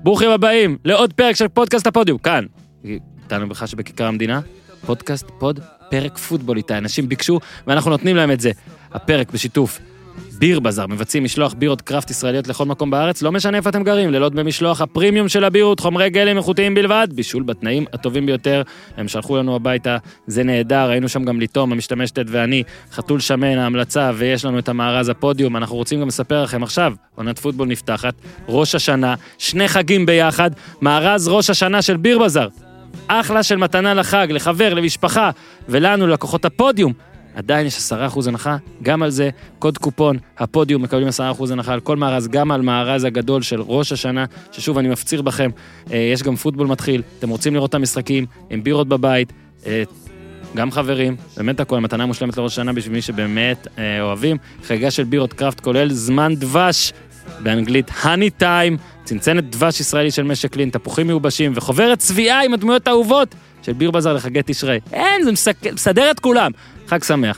ברוכים הבאים לעוד פרק של פודקאסט הפודיום. כאן, איתנו בכלל שבכיכר המדינה, פודקאסט פוד, פרק פוטבול איתה. אנשים ביקשו ואנחנו נותנים להם את זה. הפרק בשיתוף ביר בזאר, מבצעים משלוח בירות קראפט ישראליות לכל מקום בארץ, לא משנה איפה אתם גרים, לילות במשלוח הפרימיום של הבירות, חומרי גלם איכותיים בלבד, בישול בתנאים הטובים ביותר, הם שלחו לנו הביתה, זה נהדר, היינו שם גם ליטום, המשתמשת ואני, חתול שמן, ההמלצה, ויש לנו את המארז הפודיום, אנחנו רוצים גם לספר לכם עכשיו, עונת פוטבול נפתחת, ראש השנה, 2 חגים ביחד, מארז ראש השנה של ביר בזאר, אחלה של מתנה לחג, לחבר, למשפחה, ולנו, לקוחות הפודיום, עדיין יש 10% הנחה, גם על זה, קוד קופון, הפודיום מקבלים 10% הנחה על כל מארז, גם על מארז הגדול של ראש השנה, ששוב אני מפציר בכם, יש גם פוטבול מתחיל, אתם רוצים לראות את המשחקים, עם בירות בבית, גם חברים, באמת הכל, מתנה מושלמת לראש השנה בשביל מי שבאמת אוהבים, חגיגה של בירות קראפט כולל זמן דבש, באנגלית Honey Time, צנצנת דבש ישראלי של משק לין, תפוחים מיובשים, וחוברת צביעה עם הדמויות האהובות של ביר בזאר לחגי תשרי. אין, זה מסדר את כולם. חג שמח.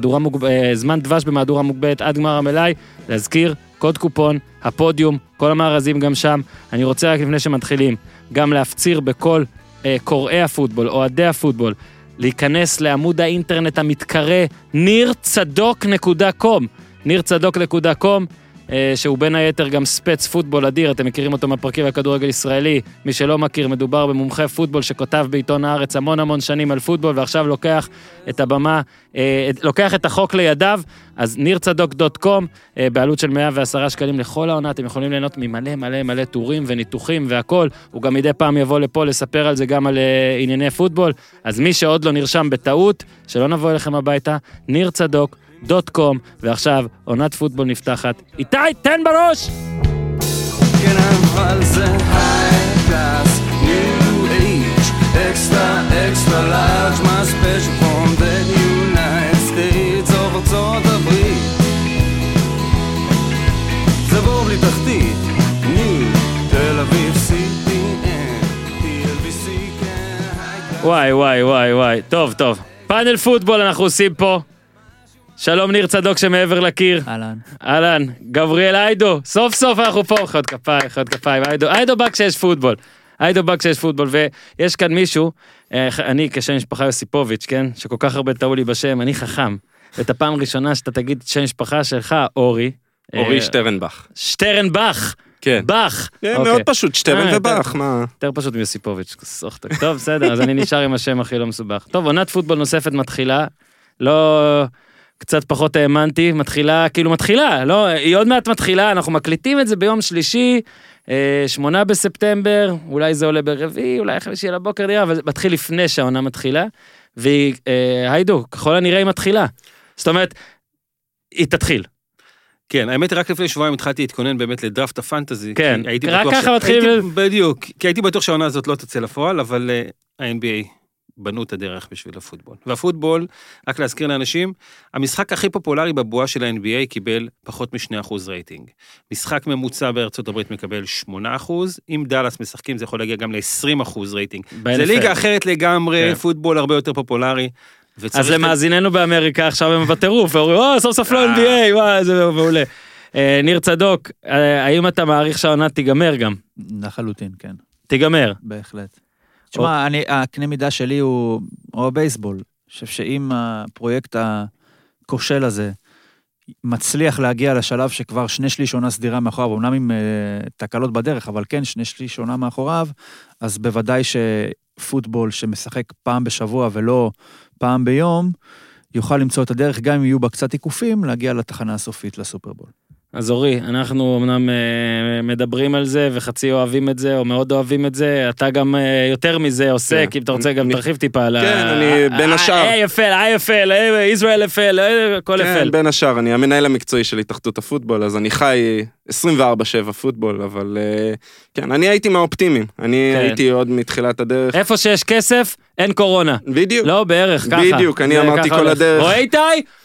זמן דבש במהדורה מוגבלת עד גמר המלאי, להזכיר, קוד קופון, הפודיום, כל המארזים גם שם. אני רוצה רק לפני שמתחילים, גם להפציר בכל קוראי הפוטבול, אוהדי הפוטבול, להיכנס לעמוד האינטרנט המתקרא nirtzadok.com, nirtzadok.com, שהוא בין היתר גם ספץ פוטבול אדיר, אתם מכירים אותו מהפרקים הכדורגל ישראלי, מי שלא מכיר, מדובר במומחה פוטבול שכותב בעיתון הארץ המון שנים על פוטבול, ועכשיו לוקח את הבמה, לוקח את החוק לידיו, אז nirtzadok.com, בעלות של 110 שקלים לכל העונה, אתם יכולים ליהנות ממלא טורים וניתוחים והכל, הוא גם מדי פעם יבוא לפה לספר על זה גם על ענייני פוטבול, אז מי שעוד לא נרשם בטעות, שלא נבוא אליכם הביתה, nirtzadok.com, ועכשיו עונת פוטבול נפתחת. איתי, תן בראש! כן, אבל זה high class, new age, extra large, my special from the United States of ארצות הברית. זה בור בלי תחתית, new, תל אביב, CPN, TLBC, כן, high class. וואי, טוב. פאנל פוטבול אנחנו עושים פה. שלום ניר צדוק שמעבר לקיר. אהלן, גבריאל איידו, סוף אנחנו פה, חוד כפיים, איידו בא כשיש פוטבול, ויש כאן מישהו, אני כשם משפחה יוסיפוביץ', כן, שכל כך הרבה טעו לי בשם, אני חכם, ואת הפעם הראשונה שאתה תגיד שם משפחה שלך, אורי שטרנבך, כן. בח. מאוד פשוט, שטרן ובח, מה? יותר פשוט מיוסיפוביץ', טוב, בסדר, אז אני נשאר עם השם הכי לא מסובך. טוב, עונת פוטבול נוספת מתחילה, לא... קצת פחות האמנתי, מתחילה, לא, היא עוד מעט מתחילה, אנחנו מקליטים את זה ביום שלישי, 8 בספטמבר, אולי זה עולה ברביעי, אולי 5 לבוקר נראה, אבל מתחיל לפני שהעונה מתחילה, והיא, היידו, ככל הנראה היא מתחילה. זאת אומרת, היא תתחיל. כן, האמת רק לפני שבועיים התחלתי להתכונן באמת לדראפט הפנטזי. כן, רק ככה מתחילים. בדיוק, כי הייתי בטוח שהעונה הזאת לא תצא לפועל, אבל ה-NBA בנו את הדרך בשביל הפוטבול. והפוטבול, רק להזכיר לאנשים, המשחק הכי פופולרי בבועה של ה-NBA קיבל פחות מ2% רייטינג. משחק ממוצע בארצות הברית מקבל 8%, אם דלס משחקים זה יכול להגיע גם ל20% רייטינג. זה ליגה אחרת לגמרי, פוטבול הרבה יותר פופולרי. אז למאזיננו באמריקה עכשיו הם בטירוף, אומרים, סוף סוף לא NBA, זה מעולה. ניר צדוק, האם אתה מעריך שהעונה תיגמר גם? לחלוטין, כן. תיגמר. בהחלט. תשמע, הקנה מידה שלי הוא בייסבול. אני חושב שאם הפרויקט הכושל הזה מצליח להגיע לשלב שכבר 2/3 עונה סדירה מאחוריו, אומנם עם תקלות בדרך, אבל כן 2/3 עונה מאחוריו, אז בוודאי שפוטבול שמשחק פעם בשבוע ולא פעם ביום, יוכל למצוא את הדרך, גם אם יהיו בה קצת עיקופים, להגיע לתחנה הסופית לסופרבול. אז אורי, אנחנו אמנם מדברים על זה, וחצי אוהבים את זה, או מאוד אוהבים את זה, אתה גם יותר מזה עוסק, אם אתה רוצה גם תרחיב טיפה על כן, אני בין השאר. AFL, ישראל FL, כל FL. כן, בין השאר, אני המנהל המקצועי של התאחדות הפוטבול, אז אני חי 24/7 פוטבול, אבל כן, אני הייתי מהאופטימיים, אני הייתי עוד מתחילת הדרך. איפה שיש כסף, אין קורונה. בדיוק. לא, בערך, ככה. בדיוק, אני אמרתי כל הדרך. רואה איתי?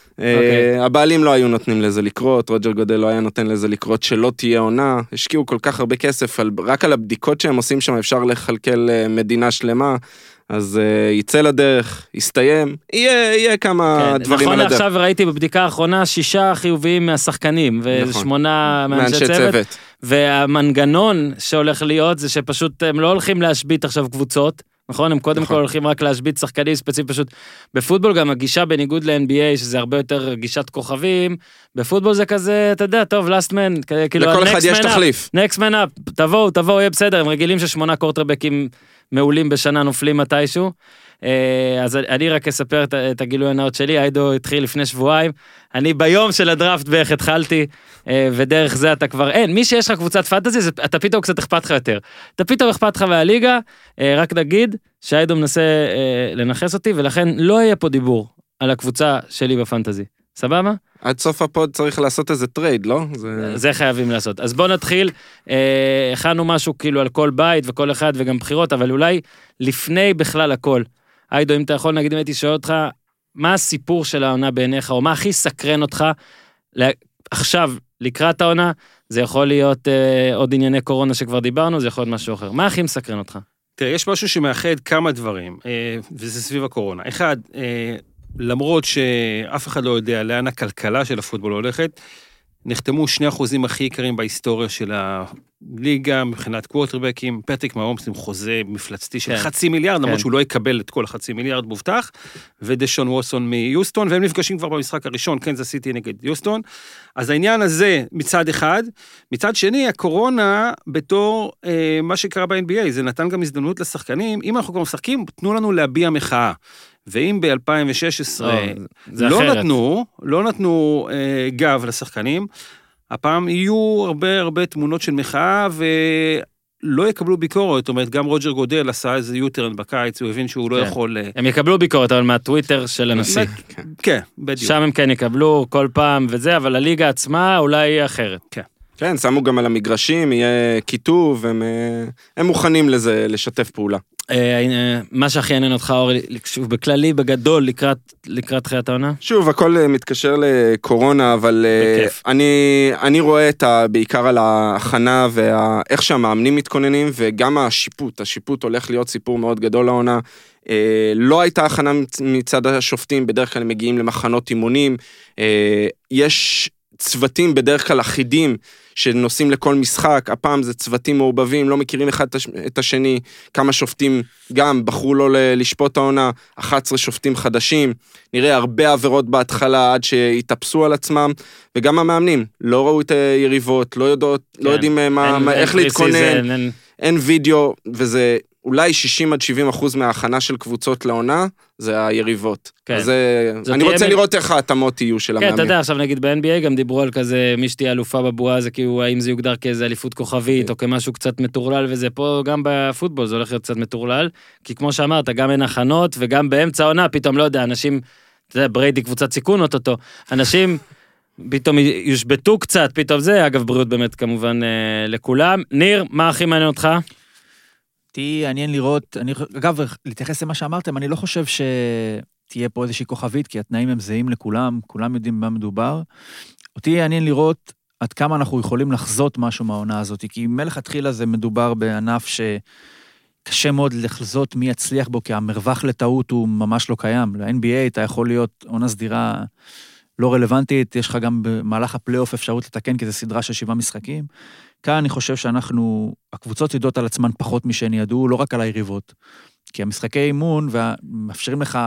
הבעלים לא היו נותנים לזה לקרות, רוג'ר גודל לא היה נותן לזה לקרות שלא תהיה עונה, השקיעו כל כך הרבה כסף, רק על הבדיקות שהם עושים שם אפשר לחלקל מדינה שלמה, אז יצא לדרך, יסתיים, יהיה כמה דברים על הדרך. נכון, עכשיו ראיתי בבדיקה האחרונה 6 חיוביים מהשחקנים, ו8 מאנשי צוות, והמנגנון שהולך להיות זה שפשוט הם לא הולכים להשבית עכשיו קבוצות, נכון? הם קודם כל הולכים רק להשבית שחקנים ספציפיים פשוט. בפוטבול גם הגישה בניגוד ל-NBA, שזה הרבה יותר גישת כוכבים, בפוטבול זה כזה, אתה יודע, טוב, last man, כאילו, לכל אחד יש תחליף. next man up, תבואו, יהיה בסדר, הם רגילים ש8 קורטרבקים מעולים בשנה נופלים מתישהו, אז אני רק אספר את הגילוי הנאות שלי, איידו התחיל לפני שבועיים, אני ביום של הדראפט בערך התחלתי, ודרך זה אתה כבר, אין, מי שיש לך קבוצת פנטזי, אתה פתאום קצת אכפת לך יותר, אתה פתאום אכפת לך מהליגה, רק נגיד שאיידו מנסה לנחס אותי, ולכן לא יהיה פה דיבור על הקבוצה שלי בפנטזי, סבבה? עד סוף הפוד צריך לעשות איזה טרייד, לא? זה חייבים לעשות. אז בוא נתחיל, הכנו משהו כאילו על כל בית וכל אחד וגם בחירות, אבל אולי לפני בכלל הכל, איידו, אם אתה יכול, נגיד אם הייתי שואל אותך, מה הסיפור של העונה בעיניך, או מה הכי סקרן אותך, עכשיו, לקראת העונה, זה יכול להיות עוד ענייני קורונה שכבר דיברנו, זה יכול להיות משהו אחר. מה הכי מסקרן אותך? תראה, יש משהו שמאחד כמה דברים, וזה סביב הקורונה. אחד, למרות שאף אחד לא יודע לאן הכלכלה של הפוטבול הולכת, נחתמו 2% הכי יקרים בהיסטוריה של הליגה, מבחינת קווטרבקים, פטריק מהומס עם חוזה מפלצתי של 500 מיליארד, למרות שהוא לא יקבל את כל 500 מיליארד מובטח, ודשון ווטסון מיוסטון, והם נפגשים כבר במשחק הראשון, קנזס סיטי נגד יוסטון, אז העניין הזה מצד אחד, מצד שני, הקורונה בתור מה שקרה ב-NBA, זה נתן גם הזדמנות לשחקנים, אם אנחנו כבר משחקים, תנו לנו להביע מחאה, ואם ב-2016 לא נתנו גב לשחקנים, הפעם יהיו הרבה תמונות של מחאה, ולא יקבלו ביקורת, זאת אומרת, גם רוג'ר גודל עשה איזה יוטרן בקיץ, הוא הבין שהוא לא יכול... הם יקבלו ביקורת, אבל מהטוויטר של הנשיא. כן, בדיוק. שם הם כן יקבלו כל פעם וזה, אבל הליגה עצמה אולי יהיה אחרת. כן, שמו גם על המגרשים, יהיה כיתוב, הם מוכנים לזה, לשתף פעולה. מה שהכי עניין אותך, אורי, בכללי, בגדול, לקראת חיית העונה? שוב, הכל מתקשר לקורונה, אבל אני רואה בעיקר על ההכנה ואיך שהמאמנים מתכוננים, וגם השיפוט הולך להיות סיפור מאוד גדול לעונה. לא הייתה הכנה מצד השופטים, בדרך כלל הם מגיעים למחנות אימונים, יש צוותים בדרך כלל אחידים, שנוסעים לכל משחק, הפעם זה צוותים מעורבבים, לא מכירים אחד את השני, כמה שופטים גם בחרו לא לשפוט העונה, 11 שופטים חדשים, נראה הרבה עבירות בהתחלה עד שהתאפסו על עצמם, וגם המאמנים לא ראו את היריבות, לא יודעים איך להתכונן, אין וידאו, וזה אולי 60-70% מההכנה של קבוצות לעונה, זה היריבות. אז אני רוצה לראות איך ההתאמות יהיו של המאמנים. כן, אתה יודע, עכשיו נגיד ב-NBA גם דיברו על כזה, מי שתהיה אלופה בבועה, זה כאילו, האם זה יוגדר כאיזה אליפות כוכבית, או כמשהו קצת מטורלל, וזה פה גם בפוטבול, זה הולך להיות קצת מטורלל, כי כמו שאמרת, גם אין הכנות, וגם באמצע העונה, פתאום לא יודע, אנשים, אתה יודע, בריידי קבוצת סיכון אותו, אנשים פתאום יושבטו קצת, פתאום זה, אגב, בריאות באמת כמובן לכולם. ניר, מה הכי מעניין אותך? עניין לראות, אגב, להתייחס למה שאמרתם, אני לא חושב שתהיה פה איזושהי כוכבית, כי התנאים הם זהים לכולם, כולם יודעים מה מדובר. אותי עניין לראות עד כמה אנחנו יכולים לחזות משהו מהעונה הזאת, כי מלך התחילה זה מדובר בענף שקשה מאוד לחזות מי יצליח בו, כי המרווח לטעות הוא ממש לא קיים. ל-NBA אתה יכול להיות עונה סדירה לא רלוונטית, יש לך גם במהלך הפלייאוף אפשרות לתקן, כי זה סדרה של 7 משחקים. כאן אני חושב הקבוצות יודעות על עצמן פחות משהן ידעו, לא רק על היריבות. כי המשחקי אימון, ומאפשרים לך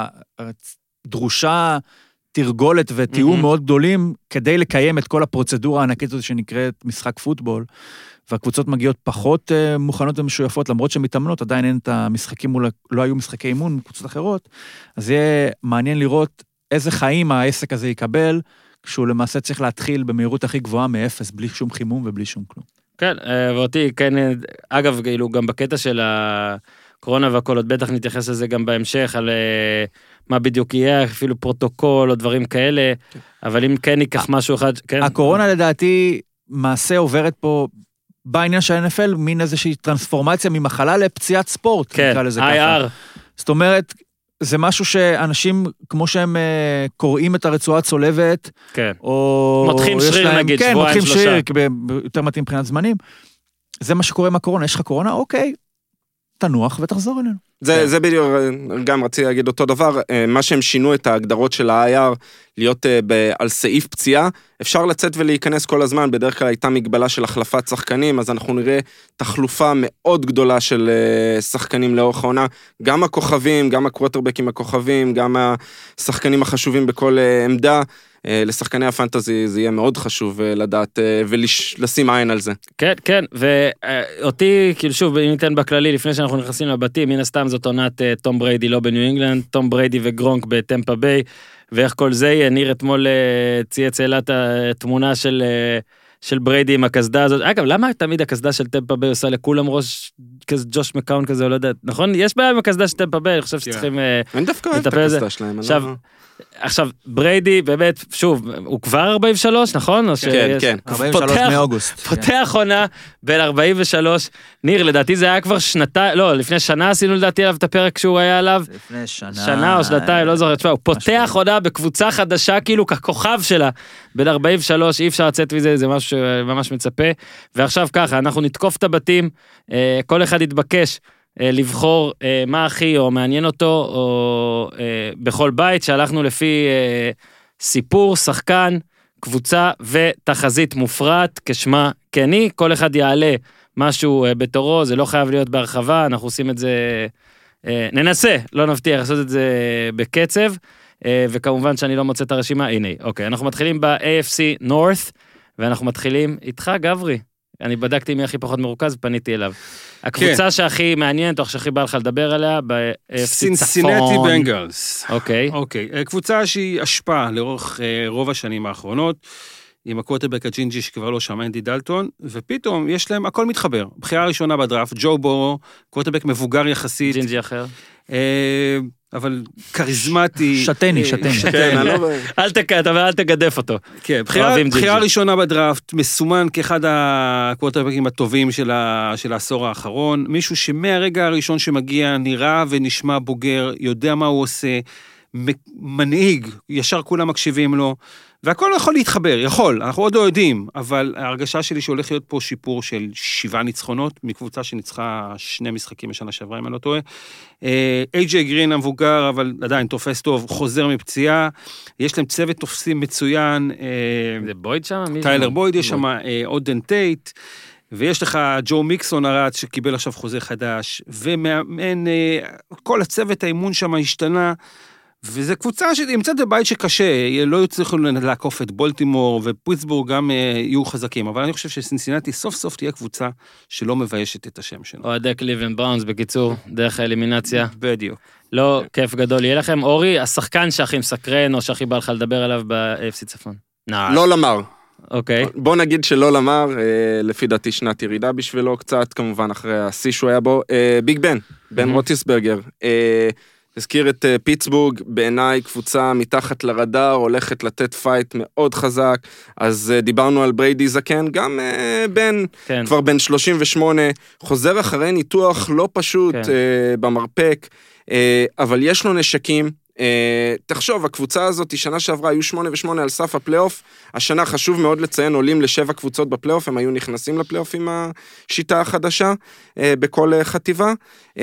דרושה, תרגולת ותיאום מאוד גדולים, כדי לקיים את כל הפרוצדורה הענקית הזאת שנקראת משחק פוטבול, והקבוצות מגיעות פחות מוכנות ומשויפות, למרות שמתאמנות, עדיין אין את המשחקים, לא היו משחקי אימון, קבוצות אחרות, אז יהיה מעניין לראות איזה חיים העסק הזה יקבל, כשהוא למעשה צריך להתחיל במהירות הכי גבוהה מאפס, בלי שום חימום ובלי שום כלום. כן, ואותי, כן, אגב, כאילו, גם בקטע של הקורונה והכל, עוד בטח נתייחס לזה גם בהמשך, על מה בדיוק יהיה, אפילו פרוטוקול או דברים כאלה, אבל אם כן ייקח משהו אחד, כן. הקורונה לדעתי, מעשה עוברת פה, בעניין של NFL, מין איזושהי טרנספורמציה ממחלה לפציעת ספורט, כן, IR. זאת אומרת, זה משהו שאנשים, כמו שהם קוראים את הרצועה הצולבת, כן. או... מותחים שריר נגיד, כן, שבועיים, מותחים שריר, יותר מתאים מבחינת זמנים. זה מה שקורה עם הקורונה. יש לך קורונה? אוקיי, תנוח ותחזור אלינו. זה בדיוק, גם רציתי להגיד אותו דבר, מה שהם שינו את ההגדרות של ה-IR, להיות על סעיף פציעה, אפשר לצאת ולהיכנס כל הזמן, בדרך כלל הייתה מגבלה של החלפת שחקנים, אז אנחנו נראה תחלופה מאוד גדולה של שחקנים לאורך העונה, גם הכוכבים, גם הקווטרבקים הכוכבים, גם השחקנים החשובים בכל עמדה, לשחקני הפנטזי זה יהיה מאוד חשוב לדעת ולשים עין על זה. כן, כן, ואותי, כאילו שוב, אם ניתן בכללי, לפני שאנחנו נכנסים לבתים, מן הסתם זאת עונת תום בריידי לא בניו אינגלנד, תום בריידי וגרונק בטמפה ביי, ואיך כל זה יהיה, ניר אתמול צייץ אלה את התמונה של בריידי עם הכסדה הזאת. אגב, למה תמיד הכסדה של טמפה ביי עושה לכולם ראש כזה ג'וש מקאון כזה, או לא יודעת, נכון? יש בעיה עם הכסדה של טמפה ביי, אני חושב שצריכים אני דווקא אוהב את הכסדה שלהם. עכשיו, בריידי, באמת, שוב, הוא כבר 43, נכון? כן, כן. 43 מאוגוסט. פותח עונה בין 43. ניר, לדעתי זה היה כבר שנתיים, לא, לפני שנה עשינו לדעתי עליו את הפרק שהוא היה עליו. לפני שנה או שנתיים, לא זוכר, הוא פותח עונה בקבוצה חדשה, כאילו ככוכב שלה, בין 43, אי אפשר לצאת מזה, זה משהו שממש מצפה. ועכשיו ככה, אנחנו נתקוף את הבתים, כל אחד יתבקש לבחור מה הכי או מעניין אותו, או בכל בית שהלכנו לפי סיפור, שחקן, קבוצה ותחזית מופרט, כשמה כני, כל אחד יעלה משהו בתורו, זה לא חייב להיות בהרחבה, אנחנו עושים את זה, ננסה, לא נבטיח לעשות את זה בקצב, וכמובן שאני לא מוצא את הרשימה, הנה, אוקיי, אנחנו מתחילים ב-AFC North, ואנחנו מתחילים איתך גברי, אני בדקתי מי הכי פחות מרוכז, פניתי אליו. הקבוצה שהכי מעניינת, או שהכי בא לך לדבר עליה, סינסינטי בנגלס. אוקיי. אוקיי. קבוצה שהיא השפעה לאורך רוב השנים האחרונות, עם הקווטרבק הג'ינג'י שכבר לא שם, אנדי דלטון, ופתאום יש להם, הכל מתחבר. בחירה ראשונה בדראפט, ג'ו בורו, קווטרבק מבוגר יחסית. ג'ינג'י אחר. אבל כריזמטי. שתני. אל תגדף אותו. כן, בחירה ראשונה בדראפט, מסומן כאחד הקווטרבקים הטובים של העשור האחרון, מישהו שמהרגע הראשון שמגיע נראה ונשמע בוגר, יודע מה הוא עושה, מנהיג, ישר כולם מקשיבים לו, והכל יכול להתחבר, אנחנו עוד לא יודעים, אבל ההרגשה שלי שהולך להיות פה שיפור של 7 ניצחונות, מקבוצה שניצחה 2 משחקים בשנה שעברה, אם אני לא טועה. איי-ג'יי גרין המבוגר, אבל עדיין תופס טוב, חוזר מפציעה, יש להם צוות תופסים מצוין. זה בויד שם? טיילר בויד, יש שם אודן טייט, ויש לך ג'ו מיקסון הרץ שקיבל עכשיו חוזה חדש, ומאמן, כל הצוות האימון שם השתנה, וזו קבוצה שנמצאת בבית שקשה, לא יצליחו לעקוף את בולטימור, ופיטסבורג גם יהיו חזקים, אבל אני חושב שסינסינטי סוף סוף תהיה קבוצה שלא מביישת את השם שלו. אוהדי קליבלנד בראונס, בקיצור, דרך האלימינציה. בדיוק. לא, כיף גדול יהיה לכם. אורי, השחקן שהכי מסקרן, או שהכי בא לך לדבר עליו ב-AFC צפון. לא למר. אוקיי. בוא נגיד שלא למר, לפי דעתי שנת ירידה בשבילו קצת, כמובן אחרי השיא שהוא היה בו. ביג בן רוטיסברגר. הזכיר את פיטסבורג, בעיניי קבוצה מתחת לרדאר, הולכת לתת פייט מאוד חזק, אז דיברנו על בריידי זקן, גם בן, כבר בן 38, חוזר אחרי ניתוח לא פשוט במרפק, אבל יש לו נשקים, תחשוב, הקבוצה הזאת, שנה שעברה היו 8-8 על סף הפלייאוף, השנה חשוב מאוד לציין, עולים ל7 קבוצות בפלייאוף, הם היו נכנסים לפלייאוף עם השיטה החדשה, בכל חטיבה,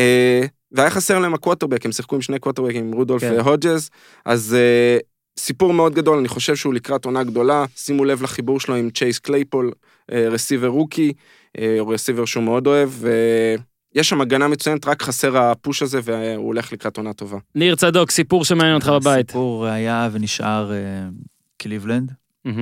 והיה חסר להם הקווטרבק, הם שיחקו עם 2 קווטרבקים, עם רודולף והודג'ז, אז סיפור מאוד גדול, אני חושב שהוא לקראת עונה גדולה, שימו לב לחיבור שלו עם צ'ייס קלייפול, רסיבר רוקי, רסיבר שהוא מאוד אוהב, ויש שם הגנה מצוינת, רק חסר הפוש הזה, והוא הולך לקראת עונה טובה. ניר צדוק, סיפור שמעניין אותך בבית. סיפור היה ונשאר קליבלנד,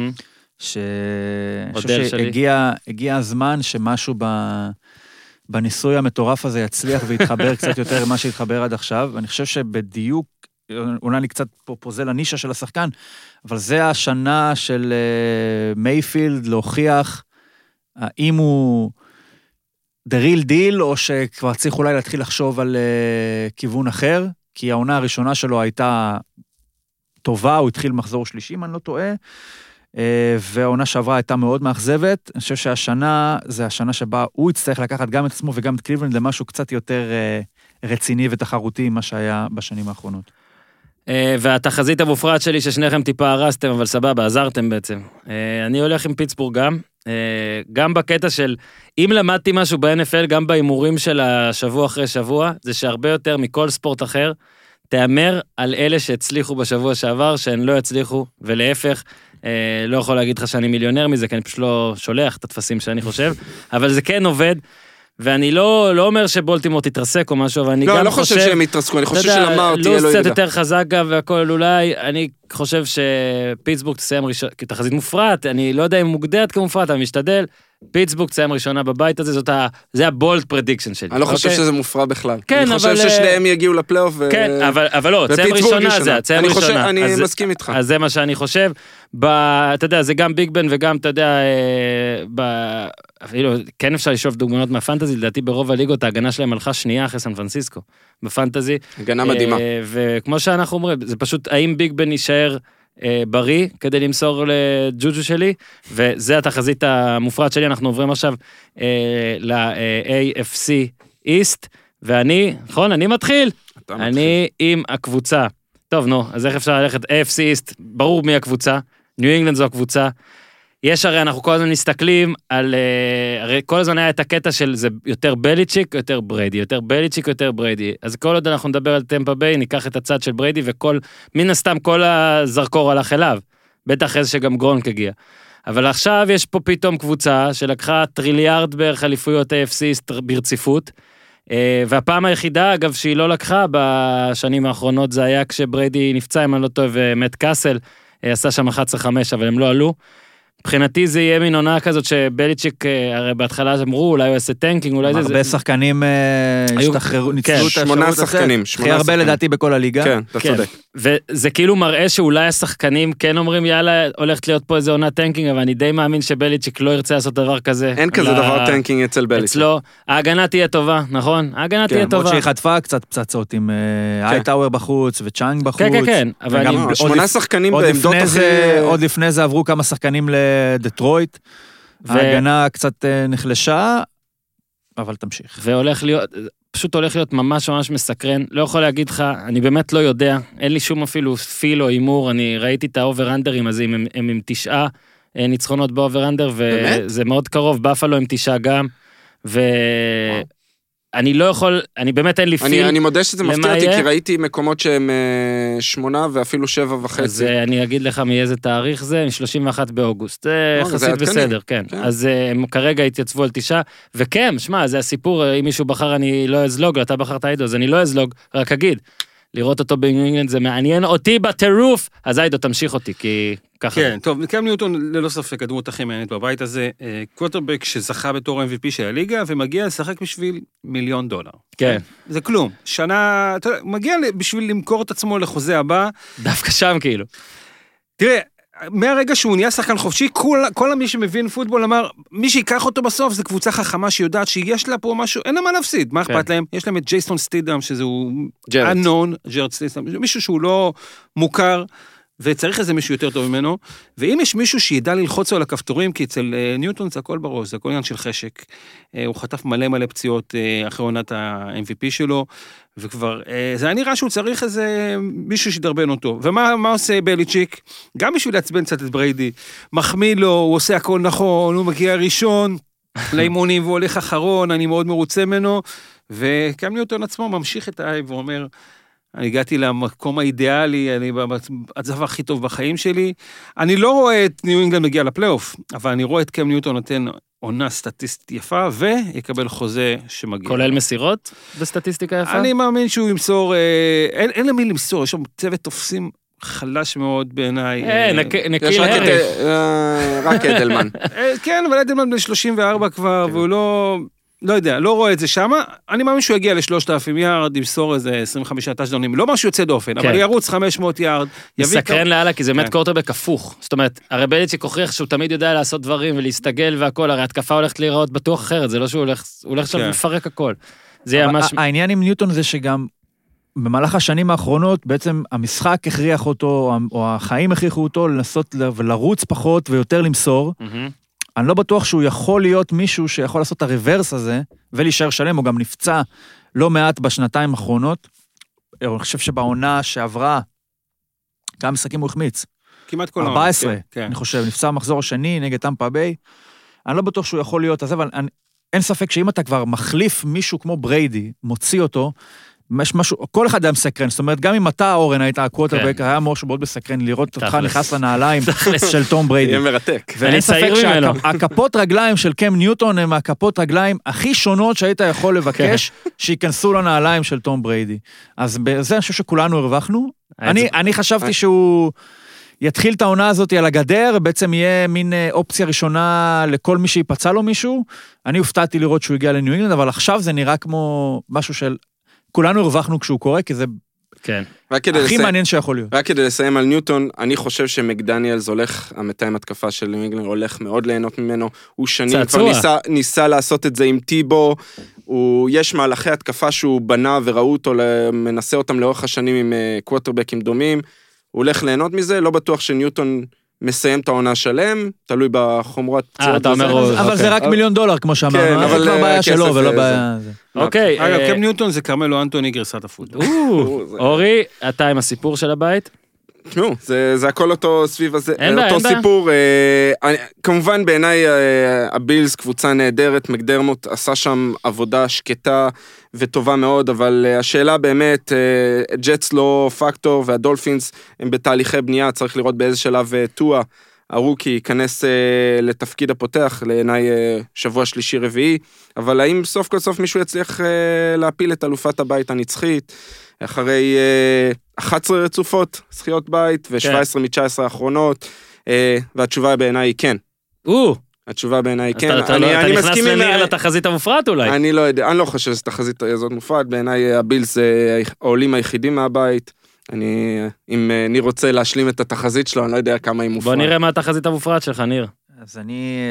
שהגיע הזמן שמשהו בניסוי המטורף הזה יצליח ויתחבר קצת יותר למה שהתחבר עד עכשיו, ואני חושב שבדיוק, אולי אני קצת פוזל הנישה של השחקן, אבל זה השנה של מייפילד להוכיח האם הוא the real deal, או שכבר צריך אולי להתחיל לחשוב על כיוון אחר, כי העונה הראשונה שלו הייתה טובה, הוא התחיל מחזור שלישי, אם אני לא טועה, והעונה שעברה הייתה מאוד מאכזבת. אני חושב שהשנה, זה השנה שבה הוא יצטרך לקחת גם את עצמו וגם את קליבלנד למשהו קצת יותר רציני ותחרותי ממה שהיה בשנים האחרונות. והתחזית המופרעת שלי ששניכם טיפה הרסתם, אבל סבבה, עזרתם בעצם. אני הולך עם פיטסבורג גם בקטע של, אם למדתי משהו ב-NFL, גם באימורים של השבוע אחרי שבוע, זה שהרבה יותר מכל ספורט אחר, תאמר על אלה שהצליחו בשבוע שעבר, שהן לא יצליחו, ולהפך, לא יכול להגיד לך שאני מיליונר מזה, כי אני פשוט לא שולח את התפסים שאני חושב, אבל זה כן עובד, ואני לא אומר שבולטימור תתרסק או משהו, אבל אני גם חושב... לא חושב שהם יתרסקו, אני חושב שלמר תהיה לו לו"ז ירידה. קצת יותר חזק גם והכל אולי, אני חושב שפיטסבורג תסיים ראשונה, כתחזית מופרעת, אני לא יודע אם מוגדרת כמופרעת, אבל משתדל, פיטסבורג תסיים ראשונה בבית הזה, זה הבולד פרדיקשן שלי. אני לא חושב שזה מופרע בכלל. כן, אני חושב ששניהם יגיעו לפלייאוף. כן, אבל לא, תסיים ראשונה זה, תסיים ראשונה. אני מסכים איתך. אז זה מה שאני חושב. אתה יודע, זה גם ביג בן וגם, אתה יודע, אפילו, כן אפשר לשאוף דוגמנות מהפנטזי, לדעתי ברוב הליגות ההגנה שלהם הלכה שנייה אחרי סן פרנסיסקו, בפנטזי. הגנה מדהימה. וכמו שאנחנו אומרים, זה פשוט, האם ביג בן יישאר בריא כדי למסור לג'וג'ו שלי, וזה התחזית המופרעת שלי, אנחנו עוברים עכשיו ל-AFC East, ואני, נכון, אני מתחיל. אני עם הקבוצה. טוב, נו, אז איך אפשר ללכת? AFC East, ברור מי הקבוצה, ניו אינגלנד זו הקבוצה, יש הרי, אנחנו כל הזמן מסתכלים על, הרי כל הזמן היה את הקטע של זה יותר בליצ'יק, יותר בריידי, יותר בליצ'יק, יותר בריידי, אז כל עוד אנחנו נדבר על טמפה ביי, ניקח את הצד של בריידי, וכל, מן הסתם כל הזרקור הלך אליו, בטח איזה שגם גרונק הגיע. אבל עכשיו יש פה פתאום קבוצה שלקחה טריליארד בערך אליפויות AFC ברציפות, והפעם היחידה, אגב, שהיא לא לקחה בשנים האחרונות, זה היה כשבריידי נפצע, אם אני לא טועה, ומט קאסל עשה שם 11-5, אבל הם לא עלו. מבחינתי זה יהיה מין עונה כזאת שבליצ'יק, הרי בהתחלה אמרו, אולי הוא יעשה טנקינג, אולי זה... הרבה שחקנים השתחררו, ניצלו את האפשרות 8 שחקנים. הכי הרבה לדעתי בכל הליגה. כן, אתה צודק. וזה כאילו מראה שאולי השחקנים כן אומרים, יאללה, הולכת להיות פה איזה עונה טנקינג, אבל אני די מאמין שבליצ'יק לא ירצה לעשות דבר כזה. אין כזה דבר טנקינג אצל בליצ'יק. אצלו, ההגנה תהיה טובה, נכון? ההגנה תהיה טובה. למרות שהיא חטפה קצת פצצות עם הייטאוור בחוץ וצ'אנג בחוץ. כן, כן, כן. 8 שחקנים בעמדות הכי... עוד לפני זה עברו כמה שחקנים לדטרויט, ההגנה קצת נחלשה, אבל תמשיך. והולך להיות, פשוט הולך להיות ממש ממש מסקרן, לא יכול להגיד לך, אני באמת לא יודע, אין לי שום אפילו פיל או אימור, אני ראיתי את האובר-אנדרים, אז הם עם 9 ניצחונות באובר-אנדר, וזה מאוד קרוב, בפלו עם 9 גם, אני לא יכול, אני באמת אין לי פיל. אני מודה שזה מפתיע אותי, כי ראיתי מקומות שהם 8 ואפילו 7.5. אז אני אגיד לך מאיזה תאריך זה, 31 באוגוסט. זה יחסית בסדר, כן. אז הם כרגע התייצבו על 9, וכן, שמע, זה הסיפור, אם מישהו בחר אני לא אזלוג, אתה בחרת עידו, אז אני לא אזלוג, רק אגיד, לראות אותו בניו אינגלנד זה מעניין אותי בטירוף, אז עידו תמשיך אותי, כי ככה. כן, טוב, קם ניוטון ללא ספק הדמות הכי מעניינת בבית הזה, קווטרבק שזכה בתור MVP של הליגה, ומגיע לשחק בשביל $1,000,000. כן. זה כלום. שנה, מגיע בשביל למכור את עצמו לחוזה הבא. דווקא שם כאילו. תראה, מהרגע שהוא נהיה שחקן חופשי, כל מי שמבין פוטבול אמר, מי שיקח אותו בסוף זה קבוצה חכמה שיודעת שיש לה פה משהו, אין לה מה להפסיד, מה אכפת להם? יש להם את ג'ייסון סטידם, שזהו unknown, ג'רד סטידם, מישהו שהוא לא מוכר, וצריך איזה מישהו יותר טוב ממנו, ואם יש מישהו שידע ללחוץ על הכפתורים, כי אצל ניוטון זה הכל בראש, זה הכל עניין של חשק, הוא חטף מלא פציעות אחרי עונת ה-MVP שלו, וכבר, זה היה נראה שהוא צריך איזה מישהו שידרבן אותו, ומה עושה בליצ'יק? גם בשביל להצבן קצת את בריידי, מחמיא לו, הוא עושה הכל נכון, הוא מגיע ראשון לאימונים, והוא הולך אחרון, אני מאוד מרוצה ממנו, וקם ניוטון עצמו ממשיך את האייב, ואומר, אני הגעתי למקום האידיאלי, אני בצבע הכי טוב בחיים שלי. אני לא רואה את ניו אינגלנד מגיע לפלייאוף, אבל אני רואה את קם ניוטון נותן עונה סטטיסטית יפה, ויקבל חוזה שמגיע. כולל מסירות בסטטיסטיקה יפה? אני מאמין שהוא ימסור, אין למי למסור, יש שם צוות תופסים חלש מאוד בעיניי. נקיל הרף. רק אדלמן. כן, אבל אדלמן בן 34 כבר, והוא לא יודע, לא רואה את זה שם, אני מאמין שהוא יגיע ל3,000 יארד, ימסור איזה 25 טאצ'דאונים, לא משהו יוצא דופן, אבל ירוץ 500 יארד. מסקרן לאללה, כי זה באמת קורטרבק הפוך. זאת אומרת, הרי בליצ'יק הוכיח שהוא תמיד יודע לעשות דברים ולהסתגל והכל, הרי התקפה הולכת להיראות בטוח אחרת, זה לא שהוא הולך עכשיו לפרק הכל. העניין עם ניוטון זה שגם במהלך השנים האחרונות, בעצם המשחק הכריח אותו, או החיים הכריחו אותו לנסות לרוץ פחות ויותר למסור. אני לא בטוח שהוא יכול להיות מישהו שיכול לעשות את הרוורס הזה, ולהישאר שלם, הוא גם נפצע לא מעט בשנתיים האחרונות. אני חושב שבעונה שעברה, כמה משחקים הוא החמיץ. כמעט כל 14, אני חושב, נפצע המחזור השני נגד טמפה ביי. אני לא בטוח שהוא יכול להיות, אז אבל אין ספק שאם אתה כבר מחליף מישהו כמו בריידי, מוציא אותו, יש משהו, כל אחד היה מסקרן, זאת אומרת, גם אם אתה, אורן, היית הקווטרבק, היה משהו מאוד מסקרן לראות אותך נכנס לנעליים של תום בריידי. יהיה מרתק. ואין ספק שהכפות רגליים של קם ניוטון הם הכפות רגליים הכי שונות שהיית יכול לבקש שיכנסו לנעליים של תום בריידי. אז בזה אני חושב שכולנו הרווחנו. אני חשבתי שהוא יתחיל את העונה הזאת על הגדר, בעצם יהיה מין אופציה ראשונה לכל מי שיפצע לו מישהו. אני הופתעתי לראות שהוא הגיע לניו אינגלנד, אבל עכשיו זה נראה כמו משהו של כולנו הרווחנו כשהוא קורה, כי זה כן. הכי מעניין שיכול להיות. רק כדי לסיים על ניוטון, אני חושב שמקדניאלס הולך, המתאם התקפה של ניו אינגלנד הולך מאוד ליהנות ממנו, הוא שנים כבר ניסה לעשות את זה עם טיבו, יש מהלכי התקפה שהוא בנה וראו אותו, מנסה אותם לאורך השנים עם קווטרבקים דומים, הוא הולך ליהנות מזה, לא בטוח שניוטון מסיים את העונה שלם, תלוי בחומרת פציעות. אבל זה רק $1,000,000, כמו שאמרנו, זה כבר בעיה שלו ולא בעיה... אוקיי. אגב, קם ניוטון זה קרמלו אנטוני גרסת הפוטבול. אורי, אתה עם הסיפור של הבית? תשמעו, זה הכל אותו סביב הזה, אותו סיפור. כמובן בעיניי הבילס קבוצה נהדרת, מקדרמוט עשה שם עבודה שקטה וטובה מאוד, אבל השאלה באמת, ג'טס לא פקטור והדולפינס הם בתהליכי בנייה, צריך לראות באיזה שלב טועה, הרוקי ייכנס לתפקיד הפותח, לעיניי שבוע שלישי רביעי, אבל האם סוף כל סוף מישהו יצליח להפיל את אלופת הבית הנצחית, אחרי 11 רצופות, זכיות בית, ו-17 מ-19 האחרונות, והתשובה בעיניי היא כן. התשובה בעיניי היא כן. אתה נכנס לניר לתחזית המופרעת אולי? אני לא יודע, אני לא חושב שזו תחזית הזאת מופרעת, בעיניי הבילס זה העולים היחידים מהבית, אם ניר רוצה להשלים את התחזית שלו, אני לא יודע כמה היא מופרעת. בוא נראה מה התחזית המופרעת שלך, ניר. אז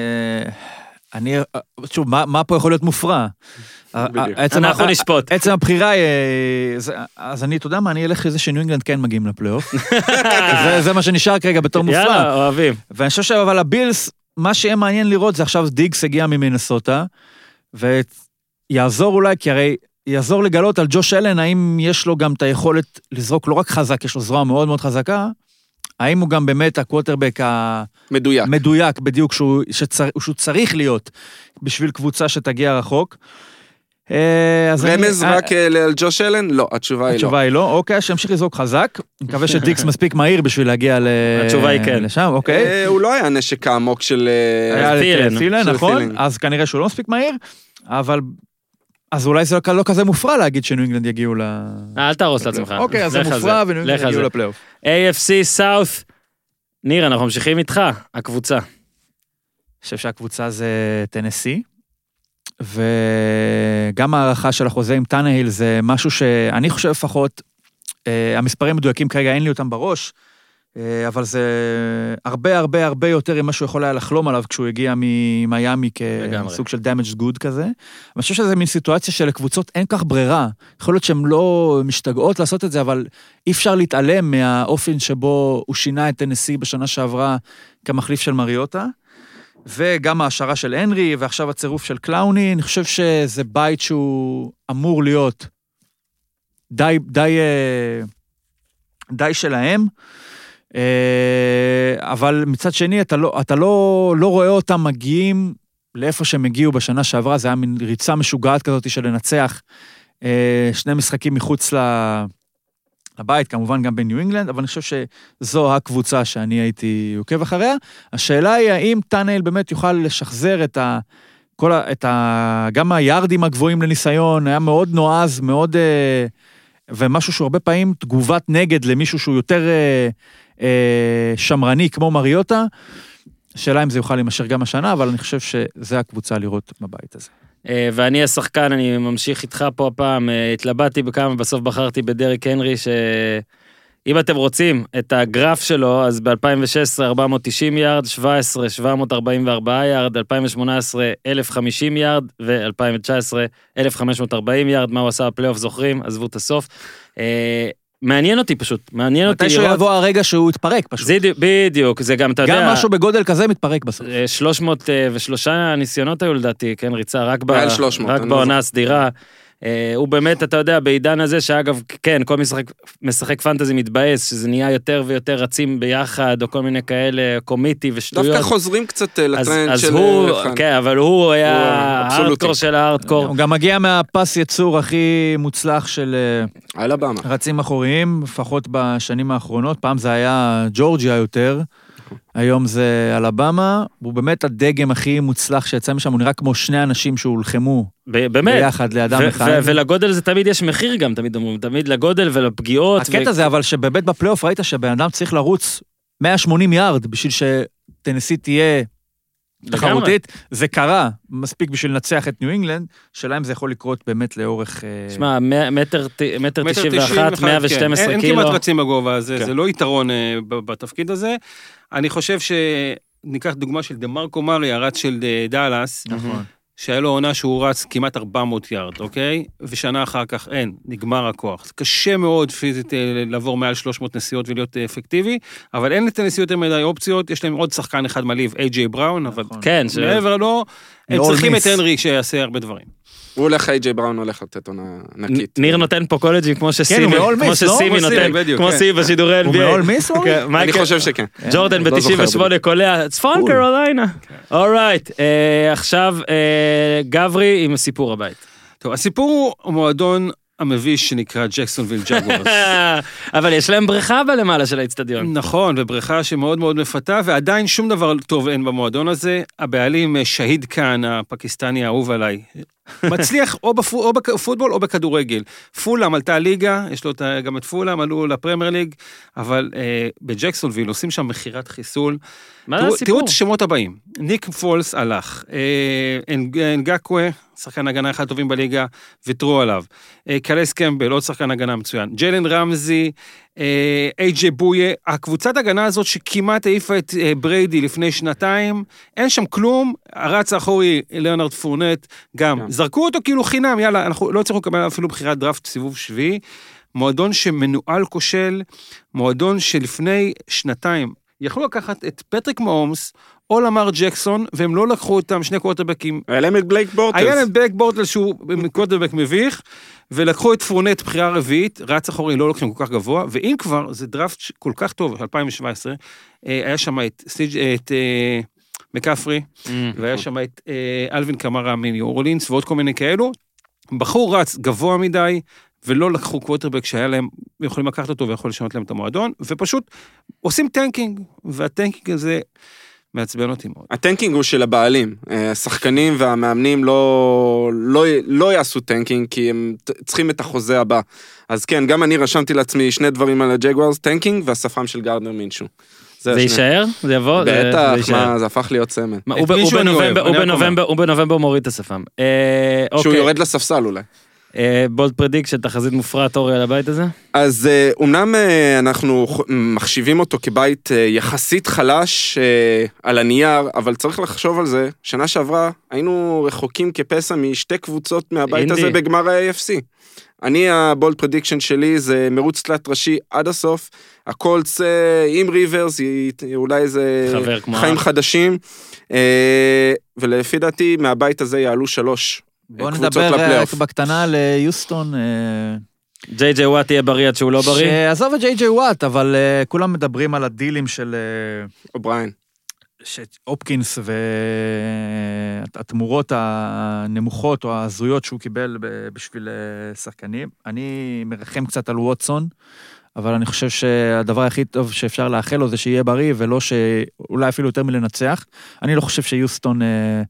שוב, מה פה יכול להיות מופרע? אנחנו נשפוט. עצם הבחירה היא, אז אתה יודע מה, אני אלך לזה שניו אינגלנד כן מגיעים לפלייאוף. זה מה שנשאר כרגע בתור מופרע. יאללה, אוהבים. ואני חושב אבל הבילס, מה שיהיה מעניין לראות זה עכשיו דיגס הגיע ממנסוטה, ויעזור אולי, כי הרי יעזור לגלות על ג'וש אלן, האם יש לו גם את היכולת לזרוק לא רק חזק, יש לו זרוע מאוד מאוד חזקה, האם הוא גם באמת הקווטרבק המדויק, בדיוק שהוא צריך להיות בשביל קבוצה שתגיע רחוק. רמז רק על ג'וש אלן? לא, התשובה היא לא. התשובה היא לא, אוקיי, שימשיך לזרוק חזק, מקווה שדיקס מספיק מהיר בשביל להגיע התשובה היא כן. לשם, אוקיי. הוא לא היה נשק העמוק של פילן, נכון? אז כנראה שהוא לא מספיק מהיר, אבל... אז אולי זה לא כזה מופרע להגיד שניו אינגלנד יגיעו אל תהרוס לעצמך. אוקיי, אז זה מופרע וניו אינגלנד יגיעו לפלייאוף. AFC South, ניר, אנחנו ממשיכים איתך, הקבוצה. אני חושב שהקבוצה זה טנסי, וגם הערכה של החוזה עם טאנהיל זה משהו שאני חושב לפחות, המספרים מדויקים כרגע אין לי אותם בראש, אבל זה הרבה הרבה הרבה יותר ממה שהוא יכול היה לחלום עליו כשהוא הגיע ממיימי כסוג של damaged good כזה. אני חושב שזה מין סיטואציה שלקבוצות אין כך ברירה. יכול להיות שהן לא משתגעות לעשות את זה, אבל אי אפשר להתעלם מהאופן שבו הוא שינה את טנסי בשנה שעברה כמחליף של מריוטה, וגם ההשערה של הנרי, ועכשיו הצירוף של קלאוני. אני חושב שזה בית שהוא אמור להיות די שלהם, אבל מצד שני אתה לא רואה אותם מגיעים לאיפה שהם הגיעו בשנה שעברה, זה היה מין ריצה משוגעת כזאת של לנצח שני משחקים מחוץ לבית, כמובן גם בניו אינגלנד, אבל אני חושב שזו הקבוצה שאני הייתי עוקב אחריה. השאלה היא האם טאנל באמת יוכל לשחזר גם היארדים הגבוהים לניסיון, היה מאוד נועז, מאוד, ומשהו שהוא הרבה פעמים תגובת נגד למישהו שהוא יותר שמרני כמו מריוטה. השאלה אם זה יוכל להימשך גם השנה, אבל אני חושב שזה הקבוצה לראות בבית הזה. ואני השחקן, אני ממשיך איתך פה הפעם, התלבטתי בכמה, בסוף בחרתי בדריק הנרי, שאם אתם רוצים את הגרף שלו, אז ב-2016 490 יארד, 17 744 יארד, 2018 1050 יארד, ו-2019 1540 יארד, מה הוא עשה בפלייאוף זוכרים, עזבו את הסוף. מעניין אותי פשוט, מעניין אותי לראות. מתי שיבוא הרגע שהוא יתפרק פשוט. בדיוק, זה גם, אתה יודע. גם משהו בגודל כזה מתפרק בסוף. 303 ניסיונות היו לדעתי, כן, ריצה, רק בעונה הסדירה. הוא באמת, אתה יודע, בעידן הזה, שאגב, כן, כל משחק פנטזי מתבאס, שזה נהיה יותר ויותר רצים ביחד, או כל מיני כאלה, קומיטי ושטויות. דווקא חוזרים קצת לטרנד של... כן, אבל הוא היה הארדקור של הארדקור. הוא גם מגיע מהפס יצור הכי מוצלח של אלבמה. רצים אחוריים, לפחות בשנים האחרונות. פעם זה היה ג'ורג'יה יותר, היום זה אלבמה. הוא באמת הדגם הכי מוצלח שיצא משם, הוא נראה כמו שני אנשים שהולחמו ביחד לאדם אחד. ולגודל זה תמיד יש מחיר גם, תמיד אומרים, תמיד לגודל ולפגיעות. הקטע זה אבל שבאמת בפלייאוף ראית שבן אדם צריך לרוץ 180 יארד בשביל שטנסי תהיה תחרותית. זה קרה, מספיק בשביל לנצח את ניו אינגלנד, שאלה אם זה יכול לקרות באמת לאורך... שמע, מטר 91, 112 אין קילו. כמעט רצים בגובה הזה, זה לא יתרון בתפקיד הזה. אני חושב שניקח דוגמה של דמרקו מרי, הרץ של דאלאס, שהיה לו עונה שהוא רץ כמעט 400 יארד, אוקיי? ושנה אחר כך אין, נגמר הכוח. זה קשה מאוד פיזית לעבור מעל 300 נסיעות ולהיות אפקטיבי, אבל אין לטנסי יותר מדי אופציות, יש להם עוד שחקן אחד מלהיב, איי-ג'יי בראון, אבל מעבר לו, הם צריכים את הנרי שיעשה הרבה דברים. הוא הולך, איי-ג'יי בראון הולך לתת עונה נקית. ניר נותן פה קולג'ים כמו שסימי נותן, כמו סימי בשידורי NBA. הוא מאול מיס? אני חושב שכן. ג'ורדן ב-98 קולע, צפון קרוליינה. אורייט, עכשיו גברי עם סיפור הבית. טוב, הסיפור הוא מועדון המביש שנקרא ג'קסונוויל ג'גוורס. אבל יש להם בריכה בלמעלה של האצטדיון. נכון, ובריכה שמאוד מאוד מפתה, ועדיין שום דבר טוב אין במועדון הזה. הבעלים שהיד קאן, הפקיסטני האהוב עליי, מצליח או בפוטבול או בכדורגל. פולאם עלתה ליגה, יש לו גם את פולאם, עלו לפרמייר ליג, אבל בג'קסונוויל עושים שם מחירת חיסול. תראו את השמות הבאים. ניק פולס הלך, אנגקווה, שחקן הגנה אחד טובים בליגה, ויתרו עליו. קלס קמבל, עוד שחקן הגנה מצוין. ג'לן רמזי, איי-ג'יי בויה, הקבוצת הגנה הזאת שכמעט העיפה את בריידי לפני שנתיים, אין שם כלום, הרץ האחורי, ליאונרד פורנט, גם זרקו אותו כאילו חינם, יאללה, אנחנו לא צריכים לקבל אפילו בחירת דראפט סיבוב שביעי, מועדון שמנועל כושל, מועדון שלפני שנתיים, יכלו לקחת את פטריק מהומס, או למר ג'קסון, והם לא לקחו אותם שני קוורטרבקים. היה להם את בלייק בורטלס. היה להם בלייק בורטלס שהוא קוורטרבק מביך, ולקחו את פורנט בחירה רביעית, רץ אחורי לא לוקחים כל כך גבוה, ואם כבר זה דראפט כל כך טוב, 2017, היה שם את מקפרי, והיה שם את אלווין קמרה מיני אורלינס, ועוד כל מיני כאלו, בחור רץ גבוה מדי, ולא לקחו קווטרבק שהיה להם, יכולים לקחת אותו ויכול לשנות להם את המועדון, ופשוט עושים טנקינג, והטנקינג הזה מעצבן אותי מאוד. הטנקינג הוא של הבעלים, השחקנים והמאמנים לא יעשו טנקינג, כי הם צריכים את החוזה הבא. אז כן, גם אני רשמתי לעצמי שני דברים על הג'גוורס, טנקינג והשפם של גארדנר מינס'ו. זה יישאר? זה יבוא? בטח, מה, זה הפך להיות סמל. הוא בנובמבר מוריד את השפם. שהוא יורד לספסל אולי. בולד פרדיקשן, תחזית מופרעת אורי על הבית הזה? אז אמנם אנחנו מחשיבים אותו כבית יחסית חלש על הנייר, אבל צריך לחשוב על זה, שנה שעברה היינו רחוקים כפסע משתי קבוצות מהבית הזה בגמר ה-AFC. אני, הבולד פרדיקשן שלי זה מרוץ תלת ראשי עד הסוף, הקולץ עם ריברס, אולי זה חיים חדשים, ולפי דעתי מהבית הזה יעלו 3 בוא נדבר בקטנה ליוסטון. ג'יי-ג'יי וואט יהיה בריא עד שהוא לא בריא? שעזוב את ג'יי-ג'יי וואט, אבל כולם מדברים על הדילים של... אובריין. אופקינס והתמורות הנמוכות או ההזויות שהוא קיבל בשביל שחקנים. אני מרחם קצת על ווטסון, אבל אני חושב שהדבר הכי טוב שאפשר לאחל לו זה שיהיה בריא, ולא שאולי אפילו יותר מלנצח. אני לא חושב שיוסטון...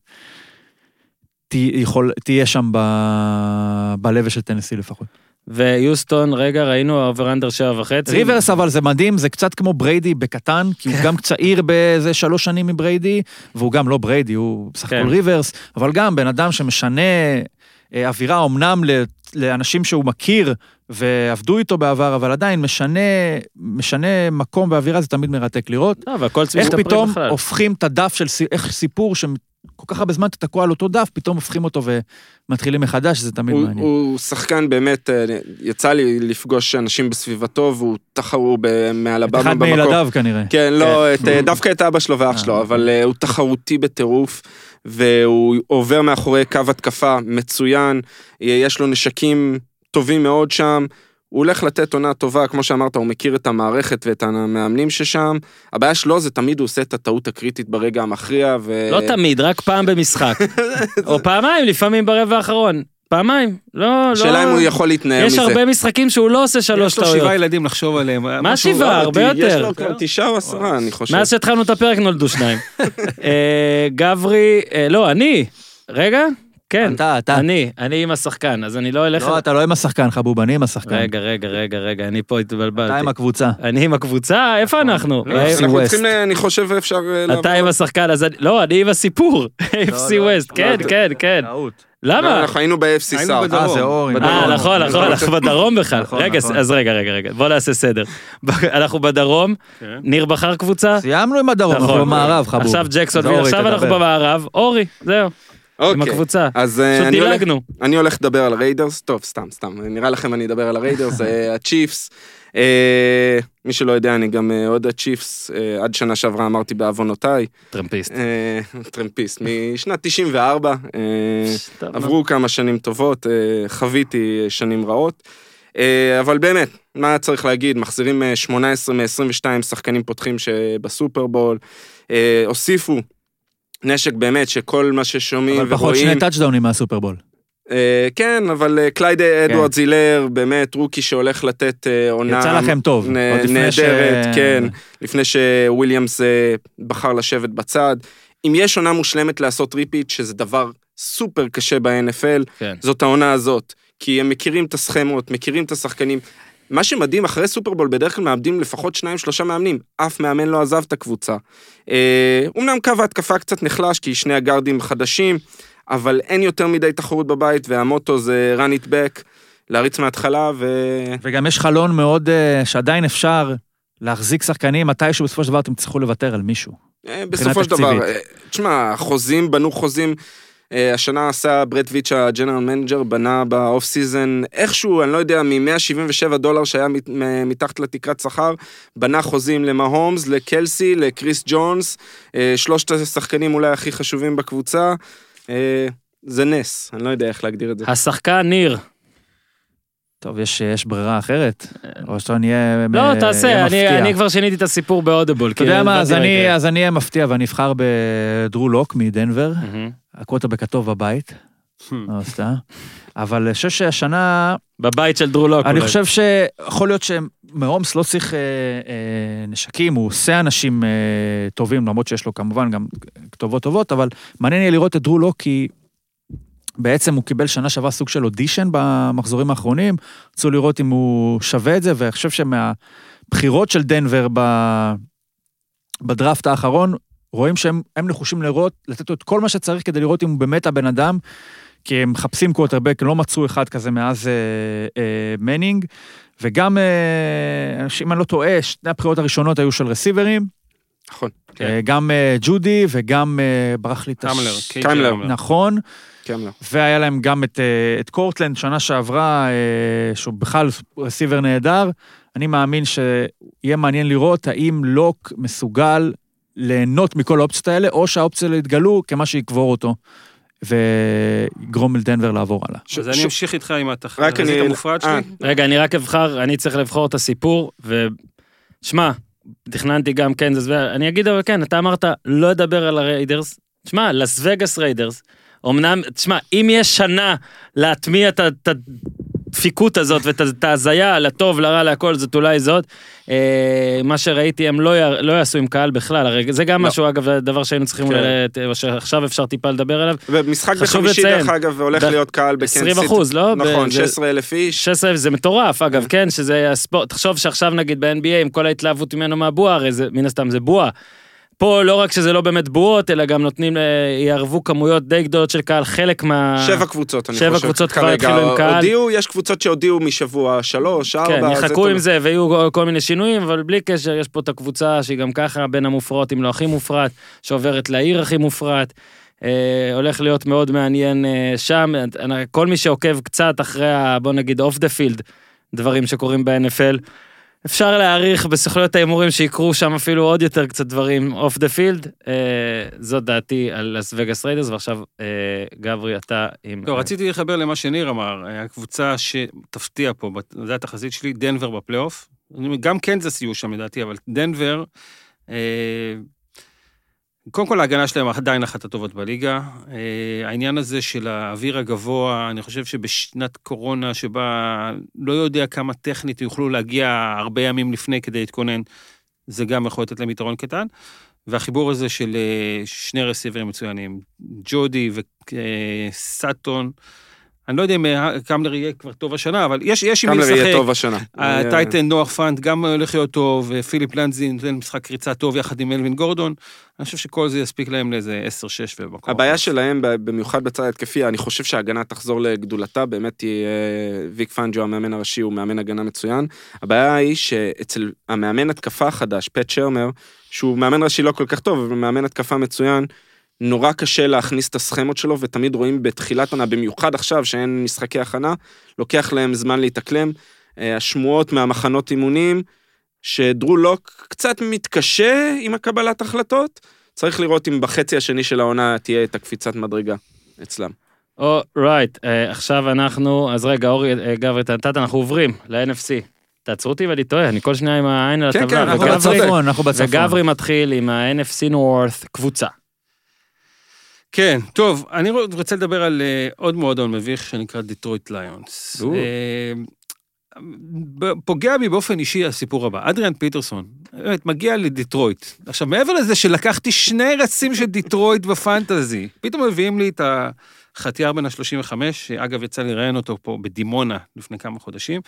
תהיה שם בלב של טנסי לפחות. ויוסטון, רגע, ראינו האובר-אנדר 7.5. ריברס, אבל זה מדהים, זה קצת כמו בריידי בקטן, כי הוא גם צעיר באיזה 3 שנים מבריידי, והוא גם לא בריידי, הוא בסך הכל ריברס, אבל גם בן אדם שמשנה אווירה, אומנם לאנשים שהוא מכיר, ועבדו איתו בעבר, אבל עדיין משנה מקום באווירה, זה תמיד מרתק לראות. איך פתאום הופכים את הדף של איך סיפור כל כך הרבה זמן תתקוע על אותו דף, פתאום הופכים אותו ומתחילים מחדש, זה תמיד מעניין. הוא שחקן באמת, יצא לי לפגוש אנשים בסביבתו, והוא תחרו מעל הבמה במקום. אחד מילדיו כנראה. כן, לא, דווקא את אבא שלו ואח שלו, אבל הוא תחרותי בטירוף, והוא עובר מאחורי קו התקפה מצוין, יש לו נשקים טובים מאוד שם, הוא הולך לתת עונה טובה, כמו שאמרת, הוא מכיר את המערכת ואת המאמנים ששם, הבעיה שלו זה תמיד הוא עושה את הטעות הקריטית ברגע המכריע, לא תמיד, רק פעם במשחק, או פעמיים לפעמים ברבע האחרון, פעמיים, לא... שאלה אם הוא יכול להתנער מזה. יש הרבה משחקים שהוא לא עושה 3 טעויות. יש לו 7 ילדים לחשוב עליהם. מה 7? הרבה יותר. יש לו כבר 9 או 10, אני חושב. מאז שהתחלנו את הפרק נולדו 2. גברי, לא, אני, רגע, כן, אתה. אני עם השחקן, אז אני לא אלך... לא, אתה לא עם השחקן, חבוב, אני עם השחקן. רגע, אני פה התבלבלתי. אתה עם הקבוצה. אני עם הקבוצה? איפה אנחנו? אנחנו צריכים, אני חושב, אפשר... אתה עם השחקן, אז לא, אני עם הסיפור. FC West, כן. למה? אנחנו היינו ב-FC South. זה אורי. נכון, אנחנו בדרום בכלל. רגע, אז רגע, בוא נעשה סדר. אנחנו בדרום, ניר בחר קבוצה. סיימנו עם הדרום, אנחנו במערב, חבוב. עכשיו ג'קסון, ועכשיו אנחנו במערב, אורי, זהו. עם הקבוצה. אז אני הולך לדבר על הריידרס, טוב, סתם, נראה לכם אני אדבר על הריידרס, הצ'יפס, מי שלא יודע, אני גם עוד הצ'יפס, עד שנה שעברה אמרתי בעוונותיי. טרמפיסט, משנת 94, עברו כמה שנים טובות, חוויתי שנים רעות, אבל באמת, מה צריך להגיד, מחזירים 18 מ-22 שחקנים פותחים שבסופרבול, הוסיפו, נשק באמת שכל מה ששומעים ורואים... אבל פחות 2 טאצ'דאונים מהסופרבול. כן, אבל קלייד אדוארד זילר, באמת רוקי שהולך לתת עונה... יצא לכם טוב. נהדרת, כן. לפני שוויליאמס בחר לשבת בצד. אם יש עונה מושלמת לעשות ריפיט, שזה דבר סופר קשה ב-NFL, זאת העונה הזאת. כי הם מכירים את הסכמות, מכירים את השחקנים. מה שמדהים, אחרי סופרבול בדרך כלל מאבדים לפחות 2-3 מאמנים, אף מאמן לא עזב את הקבוצה. אומנם קו ההתקפה קצת נחלש, כי 2 הגארדים חדשים, אבל אין יותר מדי תחרות בבית, והמוטו זה run it back, להריץ מההתחלה, וגם יש חלון מאוד, שעדיין אפשר להחזיק שחקנים, מתישהו בסופו של דבר אתם צריכו לוותר על מישהו. בסופו של דבר, תשמע, בנו חוזים, השנה עשה ברט ויץ' הג'נרל מנג'ר, בנה באוף סיזן, איכשהו, אני לא יודע, $177 שהיה מתחת לתקרת שכר, בנה חוזים למהומס, לקלסי, לקריס ג'ונס, 3 השחקנים אולי הכי חשובים בקבוצה, זה נס, אני לא יודע איך להגדיר את זה. השחקן ניר. טוב, יש ברירה אחרת? או שאתה נהיה מפתיע? לא, תעשה, אני כבר שיניתי את הסיפור באודיבול. אתה יודע מה, אז אני אהיה מפתיע, ואני אבחר בדרו לוק מדנבר, הקווטרבק הטוב בבית, אבל אני חושב שהשנה... בבית של דרו לוק. אני חושב שיכול להיות שמהומס לא צריך נשקים, הוא עושה אנשים טובים, למרות שיש לו כמובן גם כתובות טובות, אבל מעניין יהיה לראות את דרו לוק, כי בעצם הוא קיבל שנה שעברה סוג של אודישן במחזורים האחרונים, רצו לראות אם הוא שווה את זה, ואני חושב שמהבחירות של דנבר בדראפט האחרון, רואים שהם נחושים לראות, לתת לו את כל מה שצריך כדי לראות אם הוא באמת הבן אדם, כי הם מחפשים קווטרבק, לא מצאו אחד כזה מאז מנינג, וגם, אם אני לא טועה, 2 הבחירות הראשונות היו של רסיברים, נכון. גם ג'ודי וגם ברח לי את קיימלר. נכון. והיה להם גם את קורטלנד שנה שעברה, שהוא בכלל רסיבר נהדר. אני מאמין שיהיה מעניין לראות האם לוק מסוגל ליהנות מכל האופציות האלה, או שהאופציות האלה יתגלו כמה שיקבור אותו, ויגרום לדנבר לעבור הלאה. אז אני אמשיך איתך עם התחזית המופרד שלי. רגע, אני רק אבחר, אני צריך לבחור את הסיפור, ושמע, תכננתי גם כן, אני אגיד אבל כן, אתה אמרת, לא אדבר על הריידרס, תשמע, לס וגאס ריידרס, אמנם, תשמע, אם יש שנה להטמיע את הדפיקות הזאת, ואת ההזיה, לטוב, לרע, להכל, זאת אולי זאת, מה שראיתי, הם לא יעשו עם קהל בכלל, הרי זה גם משהו, אגב, דבר שהיינו צריכים, שעכשיו אפשר טיפה לדבר עליו. ומשחק בחמישי, דרך אגב, הולך להיות קהל בקנסיט. 20%, לא? נכון, 16,000 איש. 16,000 זה מטורף, אגב, כן, שזה הספורט, תחשוב שעכשיו נגיד ב-NBA, עם כל ההתלהבות ממנו מהבועה, הרי מן הסתם זה בועה. פה לא רק שזה לא באמת בועות, אלא גם נותנים, יערבו כמויות די גדולות של קהל, חלק 7 קבוצות, אני חושב. 7 קבוצות כבר התחילו עם קהל. יש קבוצות שהודיעו משבוע 3, 4. כן, יחכו עם זה, ויהיו כל מיני שינויים, אבל בלי קשר, יש פה את הקבוצה שהיא גם ככה בין המופרעות, אם לא הכי מופרעת, שעוברת לעיר הכי מופרעת. הולך להיות מאוד מעניין שם. כל מי שעוקב קצת אחרי, בוא נגיד, אוף דה פילד, דברים שקורים ב-NFL, אפשר להעריך בסוכנויות ההימורים שיקרו שם אפילו עוד יותר קצת דברים אוף דה פילד. זאת דעתי על לס וגאס ריידרס, ועכשיו גברי, אתה עם... לא, רציתי לחבר למה שניר אמר, הקבוצה שתפתיע פה, זו התחזית שלי, דנבר בפלייאוף. גם קנזס יהיו שם, לדעתי, אבל דנבר, קודם כל ההגנה שלהם עדיין אחת הטובות בליגה. העניין הזה של האוויר הגבוה, אני חושב שבשנת קורונה שבה לא יודע כמה טכנית יוכלו להגיע הרבה ימים לפני כדי להתכונן, זה גם יכול לתת להם יתרון קטן. והחיבור הזה של שני רסיברים מצוינים, ג'ודי וסאטון, אני לא יודע אם קמלר יהיה כבר טוב השנה, אבל יש עם מי לשחק. קמלר יהיה טוב השנה. הטייטן נוח פאנט גם הולך להיות טוב, ופיליפ לנדזי נותן משחק קריצה טוב יחד עם אלווין גורדון. אני חושב שכל זה יספיק להם לאיזה 10-6 ובקום. הבעיה שלהם, במיוחד בצד התקפי, אני חושב שההגנה תחזור לגדולתה, באמת ויק פנג'ו, המאמן הראשי, הוא מאמן הגנה מצוין. הבעיה היא שאצל המאמן התקפה החדש, פט שרמר, שהוא מאמן ראשי לא כל כך טוב, אבל מאמן התקפה מצוין, נורא קשה להכניס את הסכמות שלו, ותמיד רואים בתחילת עונה, במיוחד עכשיו שאין משחקי הכנה, לוקח להם זמן להתאקלם. השמועות מהמחנות אימונים, שדרו לוק קצת מתקשה עם הקבלת החלטות, צריך לראות אם בחצי השני של העונה תהיה את הקפיצת מדרגה אצלם. רייט, עכשיו אנחנו, אז רגע, אורי, גברי, אנחנו עוברים ל-NFC. תעצרו אותי ואני טועה, אני כל שניה עם העין על הטבלה. אנחנו בצפון. וגברי מתחיל עם ה-NFC North קבוצה. כן, טוב, אני רוצה לדבר על עוד מועדון מביך שנקרא דיטרויט ליונס. פוגע בי באופן אישי הסיפור הבא. אדריאן פיטרסון, מגיע לדיטרויט. עכשיו, מעבר לזה שלקחתי 2 רצים של דיטרויט בפנטזי, פתאום מביאים לי את החטיאר בן ה-35, שאגב יצא לראיין אותו פה בדימונה לפני כמה חודשים,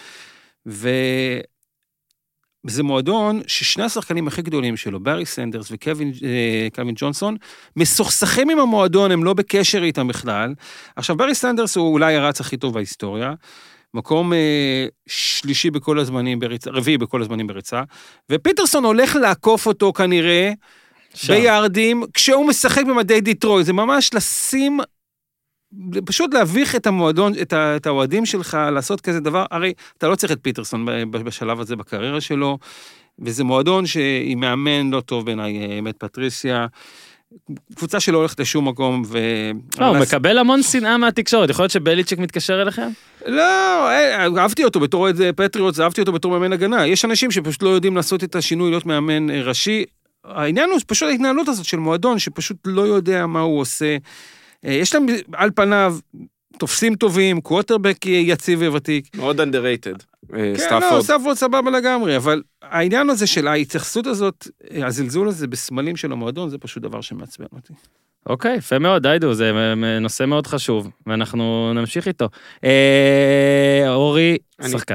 וזה מועדון ששני השחקנים הכי גדולים שלו, בארי סנדרס וקווין ג'ונסון, מסוכסכים עם המועדון, הם לא בקשר איתם בכלל. עכשיו, בארי סנדרס הוא אולי הרץ הכי טוב בהיסטוריה, מקום שלישי בכל הזמנים בריצה, רביעי בכל הזמנים בריצה, ופיטרסון הולך לעקוף אותו כנראה ביארדים, כשהוא משחק במדי דיטרויט, זה ממש לשים, פשוט להביך את המועדון, את האוהדים שלך, לעשות כזה דבר, הרי אתה לא צריך את פיטרסון בשלב הזה בקריירה שלו, וזה מועדון שהיא מאמן לא טוב בעיניי, אמת פטריסיה, קבוצה שלא הולכת לשום מקום, הוא מקבל המון שנאה מהתקשורת, יכול להיות שבליצ'יק מתקשר אליכם? לא, אהבתי אותו בתור פטריוט, אהבתי אותו בתור מאמן הגנה, יש אנשים שפשוט לא יודעים לעשות את השינוי, להיות מאמן ראשי, העניין הוא פשוט ההתנהלות הזאת של מועדון, שפשוט לא יודע מה הוא עושה, יש להם על פניו תופסים טובים, קווטרבק יציב וותיק. מאוד underrated. כן, לא, סטאפורד סבבה לגמרי, אבל העניין הזה של ההתייחסות הזאת, הזלזול הזה בסמלים של המועדון, זה פשוט דבר שמעצבן אותי. אוקיי, יפה מאוד, דיידו, זה נושא מאוד חשוב, ואנחנו נמשיך איתו. אורי, שחקן.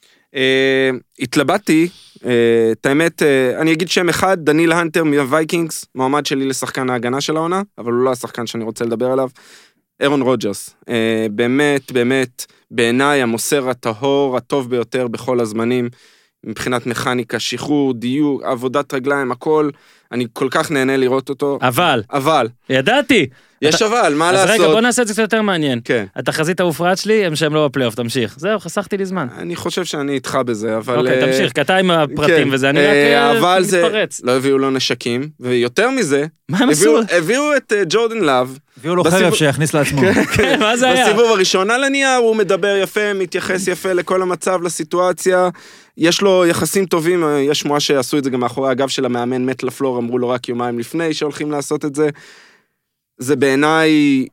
התלבטתי, את האמת, אני אגיד שם אחד, דניל הנטר מהווייקינגס, מועמד שלי לשחקן ההגנה של העונה, אבל הוא לא השחקן שאני רוצה לדבר עליו, אירון רוג'רס, באמת, באמת, בעיניי המוסר הטהור, הטוב ביותר בכל הזמנים, מבחינת מכניקה, שחרור, דיוק, עבודת רגליים, הכל, אני כל כך נהנה לראות אותו. אבל. ידעתי. יש אבל, מה לעשות? אז רגע, בוא נעשה את זה קצת יותר מעניין. כן. התחזית המופרעת שלי, הם שהם לא בפלייאוף, תמשיך. זהו, חסכתי לי זמן. אני חושב שאני איתך בזה, אבל... אוקיי, תמשיך, קטע עם הפרטים וזה, אני רק מתפרץ. לא הביאו לו נשקים, ויותר מזה, מה הם עשו? הביאו את ג'ורדן לאב. הביאו לו חרב שיכניס לעצמו. כן, מה זה היה? בסיבוב הראשון על הנייר, הוא מדבר יפה, מתייחס יפה לכל המצב, לסיטואציה, יש לו יחסים טובים, יש שמועה שעשו את זה גם מאחורי הגב של המאמן מת לפלור, אמרו לו רק יומיים לפני שהולכים לעשות את זה. זה בעיניי,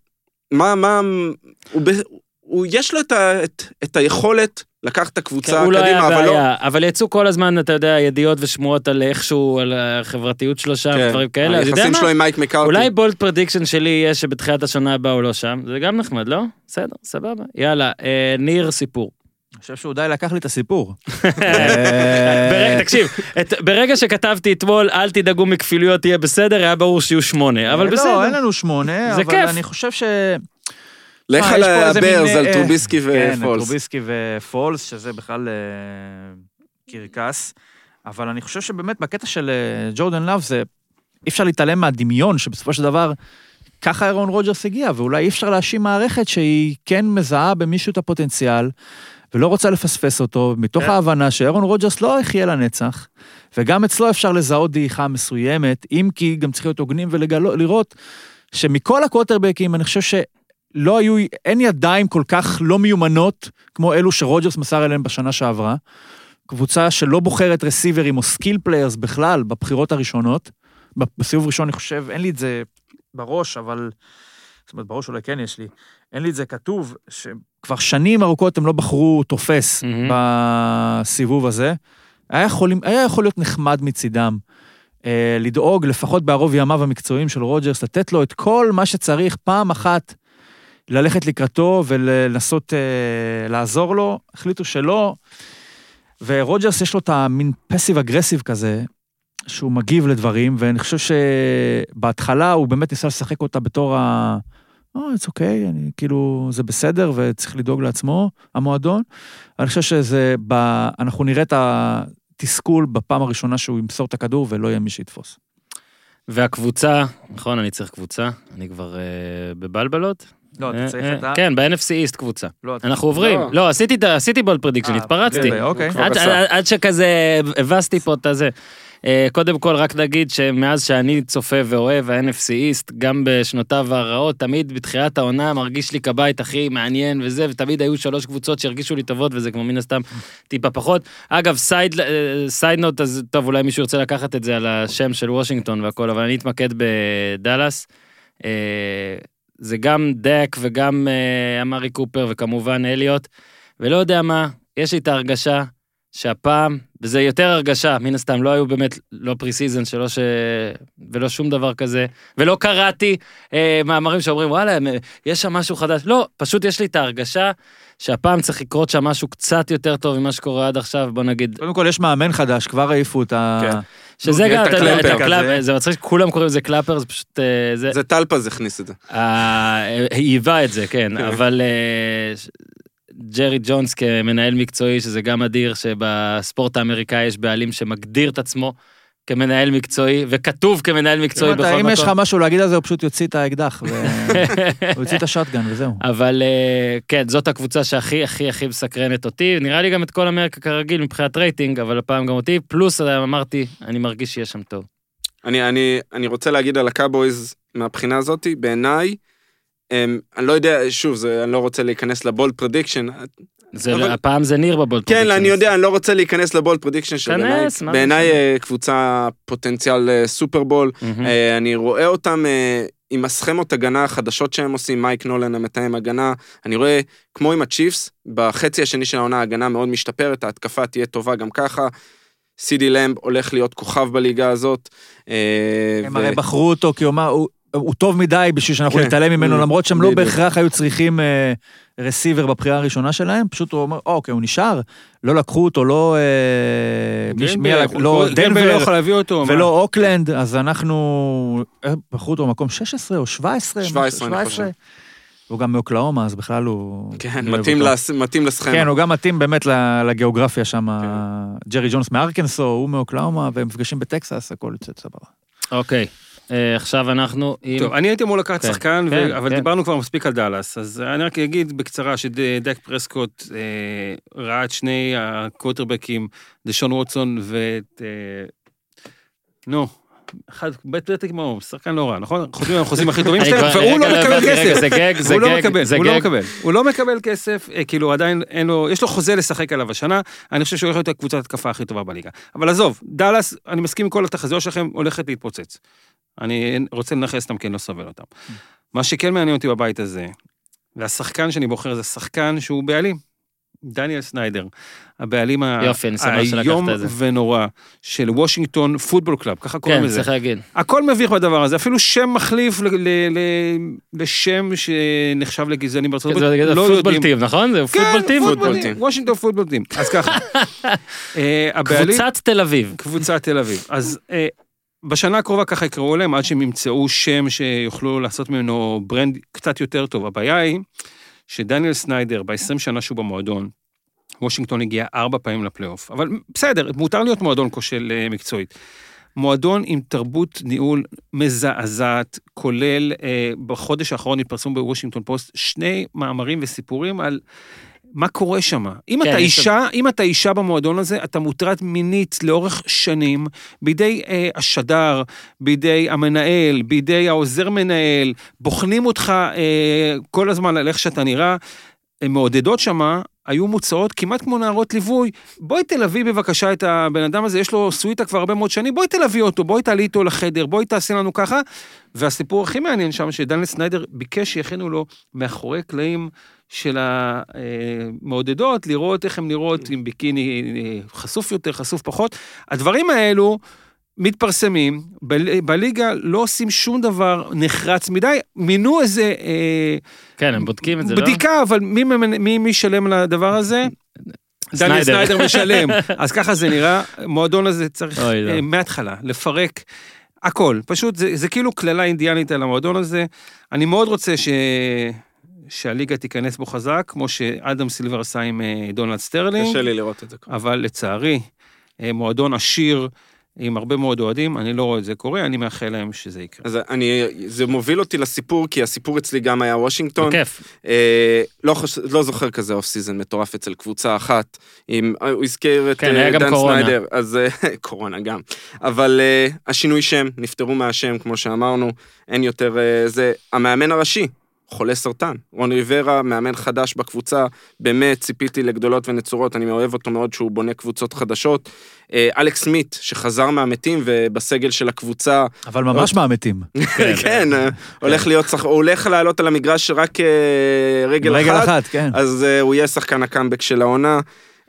יש לו את היכולת לקחת את הקבוצה קדימה, אבל לא. אבל יצאו כל הזמן, אתה יודע, ידיעות ושמועות על איכשהו, על החברתיות שלו שם, דברים כאלה. היחסים שלו עם מייק מקארטי. אולי בולד פרדיקשן שלי יהיה שבתחילת השנה הבאה הוא לא שם, זה גם נחמד, לא? בסדר, סבבה. יאללה, ניר סיפור. אני חושב שהוא די לקח לי את הסיפור. תקשיב, ברגע שכתבתי אתמול, אל תדאגו מכפילויות תהיה בסדר, היה ברור שיהיו 8, אבל בסדר. לא, אין לנו 8, אבל אני חושב ש... לך על הברז, על טרוביסקי ופולס. כן, טרוביסקי ופולס, שזה בכלל קרקס, אבל אני חושב שבאמת בקטע של ג'ורדן לאב, זה אי אפשר להתעלם מהדמיון, שבסופו של דבר ככה אירון רוג'רס הגיע, ואולי אי אפשר להאשים מערכת שהיא כן מזהה במישהו את הפוטנציאל, ולא רוצה לפספס אותו, מתוך ההבנה שאירון רוג'רס לא יחיה לנצח, וגם אצלו אפשר לזהות דעיכה מסוימת, אם כי גם צריך להיות הוגנים ולראות שמכל הקווטרבקים, אני חושב שלא היו, אין ידיים כל כך לא מיומנות, כמו אלו שרוג'רס מסר אליהם בשנה שעברה, קבוצה שלא בוחרת רסיברים או סקיל פליירס בכלל, בבחירות הראשונות, בסיבוב ראשון אני חושב, אין לי את זה בראש, אבל, זאת אומרת, בראש אולי כן יש לי, אין לי את זה כתוב, שכבר שנים ארוכות הם לא בחרו תופס בסיבוב הזה, היה יכול להיות נחמד מצידם, לדאוג לפחות בערוב ימיו המקצועיים של רוג'רס, לתת לו את כל מה שצריך פעם אחת, ללכת לקראתו ולנסות לעזור לו, החליטו שלא, ורוג'רס יש לו את המין פסיב אגרסיב כזה, שהוא מגיב לדברים, ואני חושב שבהתחלה הוא באמת ניסה לשחק אותה בתור it's okay, כאילו, זה בסדר, וצריך לדאוג לעצמו, המועדון. אני חושב שזה, אנחנו נראה את התסכול בפעם הראשונה שהוא ימסור את הכדור, ולא יהיה מי שיתפוס. והקבוצה, נכון, אני צריך קבוצה, אני כבר בבלבלות. לא, אתה צריך את ה... כן, ב-NFC איסט קבוצה. אנחנו עוברים. לא, עשיתי בולד פרדיקשן, התפרצתי. עד שכזה הבסתי פה את הזה. קודם כל רק נגיד שמאז שאני צופה ואוהב ה-NFC איסט, גם בשנותיו הרעות, תמיד בתחילת העונה מרגיש לי כבית הכי מעניין וזה, ותמיד היו 3 קבוצות שהרגישו לי טובות, וזה כמו מן הסתם טיפה פחות. אגב, סייד נוט, אז טוב, אולי מישהו ירצה לקחת את זה על השם של וושינגטון והכל, אבל אני אתמקד בדלס. זה גם דק וגם אמרי קופר וכמובן אליוט, ולא יודע מה, יש לי את ההרגשה שהפעם, וזה יותר הרגשה, מן הסתם לא היו באמת, לא פרי-סיזן ולא שום דבר כזה, ולא קראתי מאמרים שאומרים, וואלה, יש שם משהו חדש, לא, פשוט יש לי את ההרגשה שהפעם צריך לקרות שם משהו קצת יותר טוב ממה שקורה עד עכשיו, בוא נגיד. קודם כל יש מאמן חדש, כבר העיפו את ה... שזה גם, אתה יודע, את הקלאפר, זה מצחיק, כולם קוראים לזה קלאפר, זה פשוט... זה טלפז הכניס את זה. היווה את זה, כן, אבל ג'רי ג'ונס כמנהל מקצועי, שזה גם אדיר, שבספורט האמריקאי יש בעלים שמגדיר את עצמו כמנהל מקצועי, וכתוב כמנהל מקצועי בכל מקום. אם יש לך משהו להגיד על זה, הוא פשוט יוציא את האקדח, הוא יוציא את השוטגן וזהו. אבל כן, זאת הקבוצה שהכי הכי הכי מסקרנת אותי, נראה לי גם את כל אמריקה כרגיל מבחינת רייטינג, אבל הפעם גם אותי, פלוס אמרתי, אני מרגיש שיש שם טוב. אני רוצה להגיד על הקאבויז מהבחינה הזאת, בעיניי, אני לא יודע, שוב, אני לא רוצה להיכנס לבולד פרדיקשן. הפעם זה ניר בבולד פרדיקשן. כן, אני יודע, אני לא רוצה להיכנס לבולד פרדיקשן שבעיניי קבוצה פוטנציאל סופרבול. אני רואה אותם עם הסכמות הגנה החדשות שהם עושים, מייק נולן המתאם הגנה, אני רואה כמו עם הצ'יפס, בחצי השני של העונה ההגנה מאוד משתפרת, ההתקפה תהיה טובה גם ככה, סידי למב הולך להיות כוכב בליגה הזאת. הם הרי בחרו אותו כי הוא טוב מדי בשביל שאנחנו נתעלם ממנו, למרות שהם לא בהכרח היו צריכים רסיבר בבחירה הראשונה שלהם, פשוט הוא אומר, אוקיי, הוא נשאר, לא לקחו אותו, לא דנבר ולא אוקלנד, אז אנחנו בחרו אותו במקום 16 או 17, 17. הוא גם מאוקלאומה, אז בכלל הוא... כן, מתאים לסכמה. כן, הוא גם מתאים באמת לגיאוגרפיה שם, ג'רי ג'ונס מארקנסו, הוא מאוקלאומה, והם מפגשים בטקסס, הכל יוצא סבבה. אוקיי. עכשיו אנחנו... טוב, אני הייתי אמור לקחת שחקן, אבל דיברנו כבר מספיק על דלס, אז אני רק אגיד בקצרה שדק פרסקוט ראה את שני הקווטרבקים, דשון ווטסון ואת... בטח כמו, שחקן לא רע, נכון? חותמים על החוזים הכי טובים שלהם, והוא לא מקבל כסף. זה גג, הוא לא מקבל כסף, כאילו עדיין אין לו, יש לו חוזה לשחק עליו השנה, אני חושב שהוא הולך להיות הקבוצת התקפה הכי טובה בליגה. אבל עזוב, דלס, אני מסכים עם כל התחזיות שלכם, הולכת להתפוצץ. אני רוצה לנחס אותם, כן, לא סובל אותם. מה שכן מעניין אותי בבית הזה, והשחקן שאני בוחר זה שחקן שהוא בעלים. דניאל סניידר, הבעלים היום ונורא של וושינגטון פוטבול קלאב, ככה קוראים לזה. כן, צריך להגיד. הכל מביך בדבר הזה, אפילו שם מחליף לשם שנחשב לגזעני בארצות הברית. זה פוטבול טים, נכון? זה פוטבול טים? כן, וושינגטון פוטבול טים. אז ככה. קבוצת תל אביב. קבוצת תל אביב. אז בשנה הקרובה ככה יקראו להם, עד שהם ימצאו שם שיוכלו לעשות ממנו ברנד קצת יותר טוב. הבעיה היא שדניאל סניידר, ב-20 שנה שהוא במועדון, וושינגטון הגיע 4 פעמים לפלייאוף, אבל בסדר, מותר להיות מועדון כושל מקצועית. מועדון עם תרבות ניהול מזעזעת, כולל בחודש האחרון התפרסמו בוושינגטון פוסט 2 מאמרים וסיפורים על מה קורה שם. אם אתה אישה במועדון הזה, אתה מוטרד מינית לאורך שנים, בידי השדר, בידי המנהל, בידי העוזר מנהל, בוחנים אותך כל הזמן על איך שאתה נראה, מעודדות שמה, היו מוצאות כמעט כמו נערות ליווי, בואי תלווי בבקשה את הבן אדם הזה, יש לו סוויטה כבר הרבה מאוד שנים, בואי תלווי אותו, בואי תעלי איתו לחדר, בואי תעשי לנו ככה, והסיפור הכי מעניין שם, שדניאל סניידר ביקש שיכינו לו מאחורי קלעים של המעודדות, לראות איך הן נראות עם ביקיני חשוף יותר, חשוף פחות, הדברים האלו, מתפרסמים, בליגה לא עושים שום דבר נחרץ מדי, מינו איזה... כן, הם בודקים את זה, לא? בדיקה, אבל מי שלם לדבר הזה? דניאל סניידר משלם. אז ככה זה נראה, מועדון הזה צריך מההתחלה, לפרק הכל. פשוט, זה כאילו כללה אינדיאנית על המועדון הזה. אני מאוד רוצה שהליגה תיכנס בו חזק, כמו שאדם סילבר עשה עם דונלד סטרלינג. קשה לי לראות את זה. אבל לצערי, מועדון עשיר, עם הרבה מאוד אוהדים, אני לא רואה את זה קורה, אני מאחל להם שזה יקרה. אז זה מוביל אותי לסיפור, כי הסיפור אצלי גם היה וושינגטון. בכיף. לא זוכר כזה אוף סיזן מטורף אצל קבוצה אחת, הוא הזכיר את דן סניידר, אז קורונה גם. אבל השינוי שם, נפטרו מהשם, כמו שאמרנו, אין יותר זה, המאמן הראשי, חולה סרטן. רון ריברה, מאמן חדש בקבוצה, באמת ציפיתי לגדולות ונצורות, אני אוהב אותו מאוד שהוא בונה קבוצות חדשות. אלכס סמית, שחזר מהמתים ובסגל של הקבוצה... אבל ממש מהמתים. כן, הוא הולך לעלות על המגרש רק רגל אחת, אז הוא יהיה שחקן הקאמבק של העונה.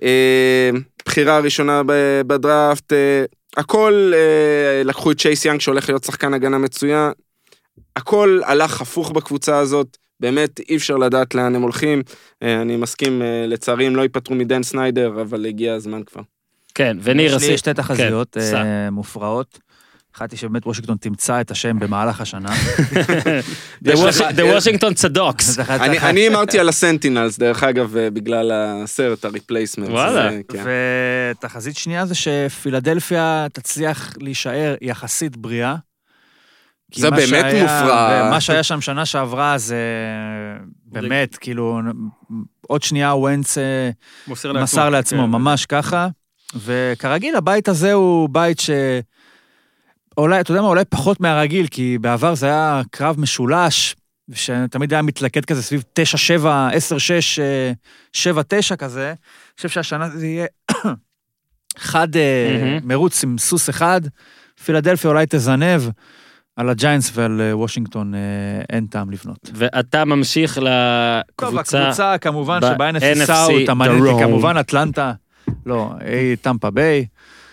בחירה הראשונה בדראפט, הכל לקחו את צ'ייס יאנג שהולך להיות שחקן הגנה מצוין, הכל הלך הפוך בקבוצה הזאת, באמת אי אפשר לדעת לאן הם הולכים, אני מסכים לצערי הם לא ייפטרו מדן סניידר, אבל הגיע הזמן כבר. כן, וניר יש לי 2 תחזיות מופרעות, אחת היא שבאמת וושינגטון תמצא את השם במהלך השנה. The Washington צדוקס. אני אמרתי על הסנטינלס, דרך אגב, בגלל הסרט, הריפלייסמנט. וואלה. ותחזית שנייה זה שפילדלפיה תצליח להישאר יחסית בריאה, זה באמת מופרע. מה שהיה שם שנה שעברה זה באמת, כאילו, עוד שנייה ווינץ מסר לעצמו, ממש ככה, וכרגיל הבית הזה הוא בית שאולי, אתה יודע מה, אולי פחות מהרגיל, כי בעבר זה היה קרב משולש, שתמיד היה מתלכד כזה סביב 9-7, 10-6, 7-9 כזה, אני חושב שהשנה זה יהיה חד מרוץ עם סוס אחד, פילדלפיה אולי תזנב, על הג'יינטס ועל וושינגטון אין טעם לבנות. ואתה ממשיך לקבוצה... טוב, הקבוצה כמובן שבה NFC סאוט, המעניינת כמובן אטלנטה, לא, טמפה ביי,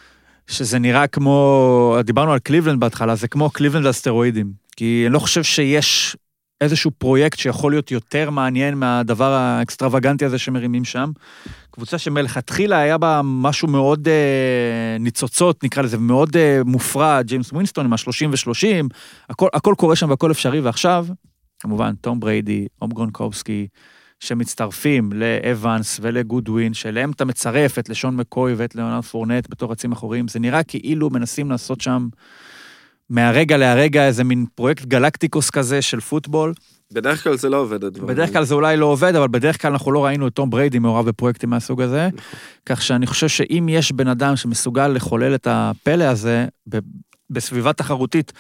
שזה נראה כמו, דיברנו על קליבלנד בהתחלה, זה כמו קליבלנד על סטרואידים, כי אני לא חושב שיש איזשהו פרויקט שיכול להיות יותר מעניין מהדבר האקסטרווגנטי הזה שמרימים שם. קבוצה שמלכתחילה היה בה משהו מאוד ניצוצות, נקרא לזה, מאוד מופרע, ג'יימס ווינסטון עם ה-30 ו-30, הכל קורה שם והכל אפשרי, ועכשיו, כמובן, תום בריידי, אום גרונקובסקי, שמצטרפים לאבנס ולגודווין, שלהם אתה מצרף את לשון מקוי ואת ליאונרד פורנט בתור רצים אחוריים, זה נראה כאילו מנסים לעשות שם מהרגע להרגע איזה מין פרויקט גלקטיקוס כזה של פוטבול. בדרך כלל זה לא עובד הדברים. בדרך כלל זה אולי לא עובד, אבל בדרך כלל אנחנו לא ראינו את תום בריידי מעורב בפרויקטים מהסוג הזה, כך שאני חושב שאם יש בן אדם שמסוגל לחולל את הפלא הזה, בסביבה תחרותית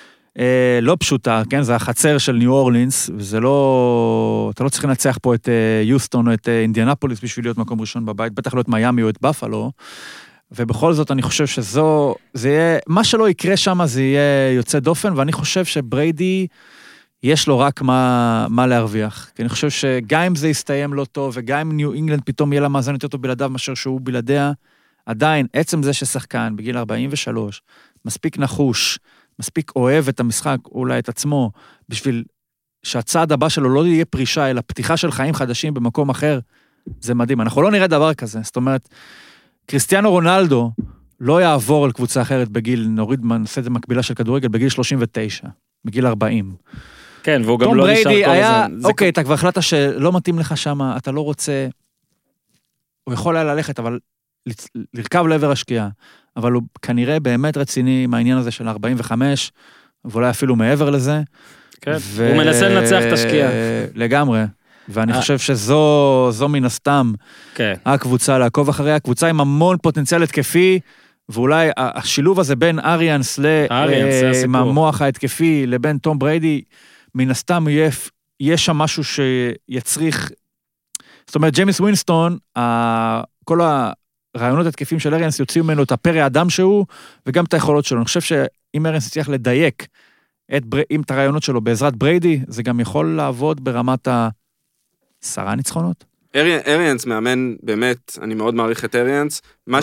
לא פשוטה, כן? זה החצר של ניו אורלינס, וזה לא, אתה לא צריך לנצח פה את יוסטון או את אינדיאנפוליס בשביל להיות מקום ראשון בבית, בטח לא את מיאמי או את בפלו, ובכל זאת אני חושב זה יהיה, מה שלא יקרה שם זה יהיה יוצא דופן, ואני חושב שבריידי יש לו רק מה להרוויח. כי אני חושב שגם אם זה יסתיים לא טוב, וגם אם ניו אינגלנד פתאום יהיה לה מאזן יותר טוב בלעדיו מאשר שהוא בלעדיה, עדיין עצם זה ששחקן בגיל 43, מספיק נחוש, מספיק אוהב את המשחק, אולי את עצמו, בשביל שהצעד הבא שלו לא יהיה פרישה, אלא פתיחה של חיים חדשים במקום אחר, זה מדהים. אנחנו לא נראה דבר כזה. זאת אומרת, קריסטיאנו רונלדו לא יעבור על קבוצה אחרת בגיל, נעשה את זה מקבילה של כדורגל, בגיל 39, בגיל 40. כן, והוא גם לא נשאר כל הזמן. אוקיי, אתה כבר החלטת שלא מתאים לך שם, אתה לא רוצה, הוא יכול היה ללכת, אבל לרכב לעבר השקיעה, אבל הוא כנראה באמת רציני עם העניין הזה של 45, ואולי אפילו מעבר לזה. כן, הוא מנסה לנצח את השקיעה. לגמרי, ואני חושב שזו מן הסתם הקבוצה לעקוב אחריה, הקבוצה עם המון פוטנציאל התקפי, ואולי השילוב הזה בין אריאנס למוח ההתקפי לבין תום בריידי, מן הסתם יש שם משהו שיצריך, זאת אומרת, ג'יימס ווינסטון, כל הרעיונות התקפים של אריאנס יוציאו ממנו את הפרא האדם שהוא, וגם את היכולות שלו. אני חושב שאם אריאנס יצליח לדייק את הרעיונות שלו בעזרת בריידי, זה גם יכול לעבוד ברמת 10 ניצחונות. אריאנס מאמן, באמת, אני מאוד מעריך את אריאנס. מה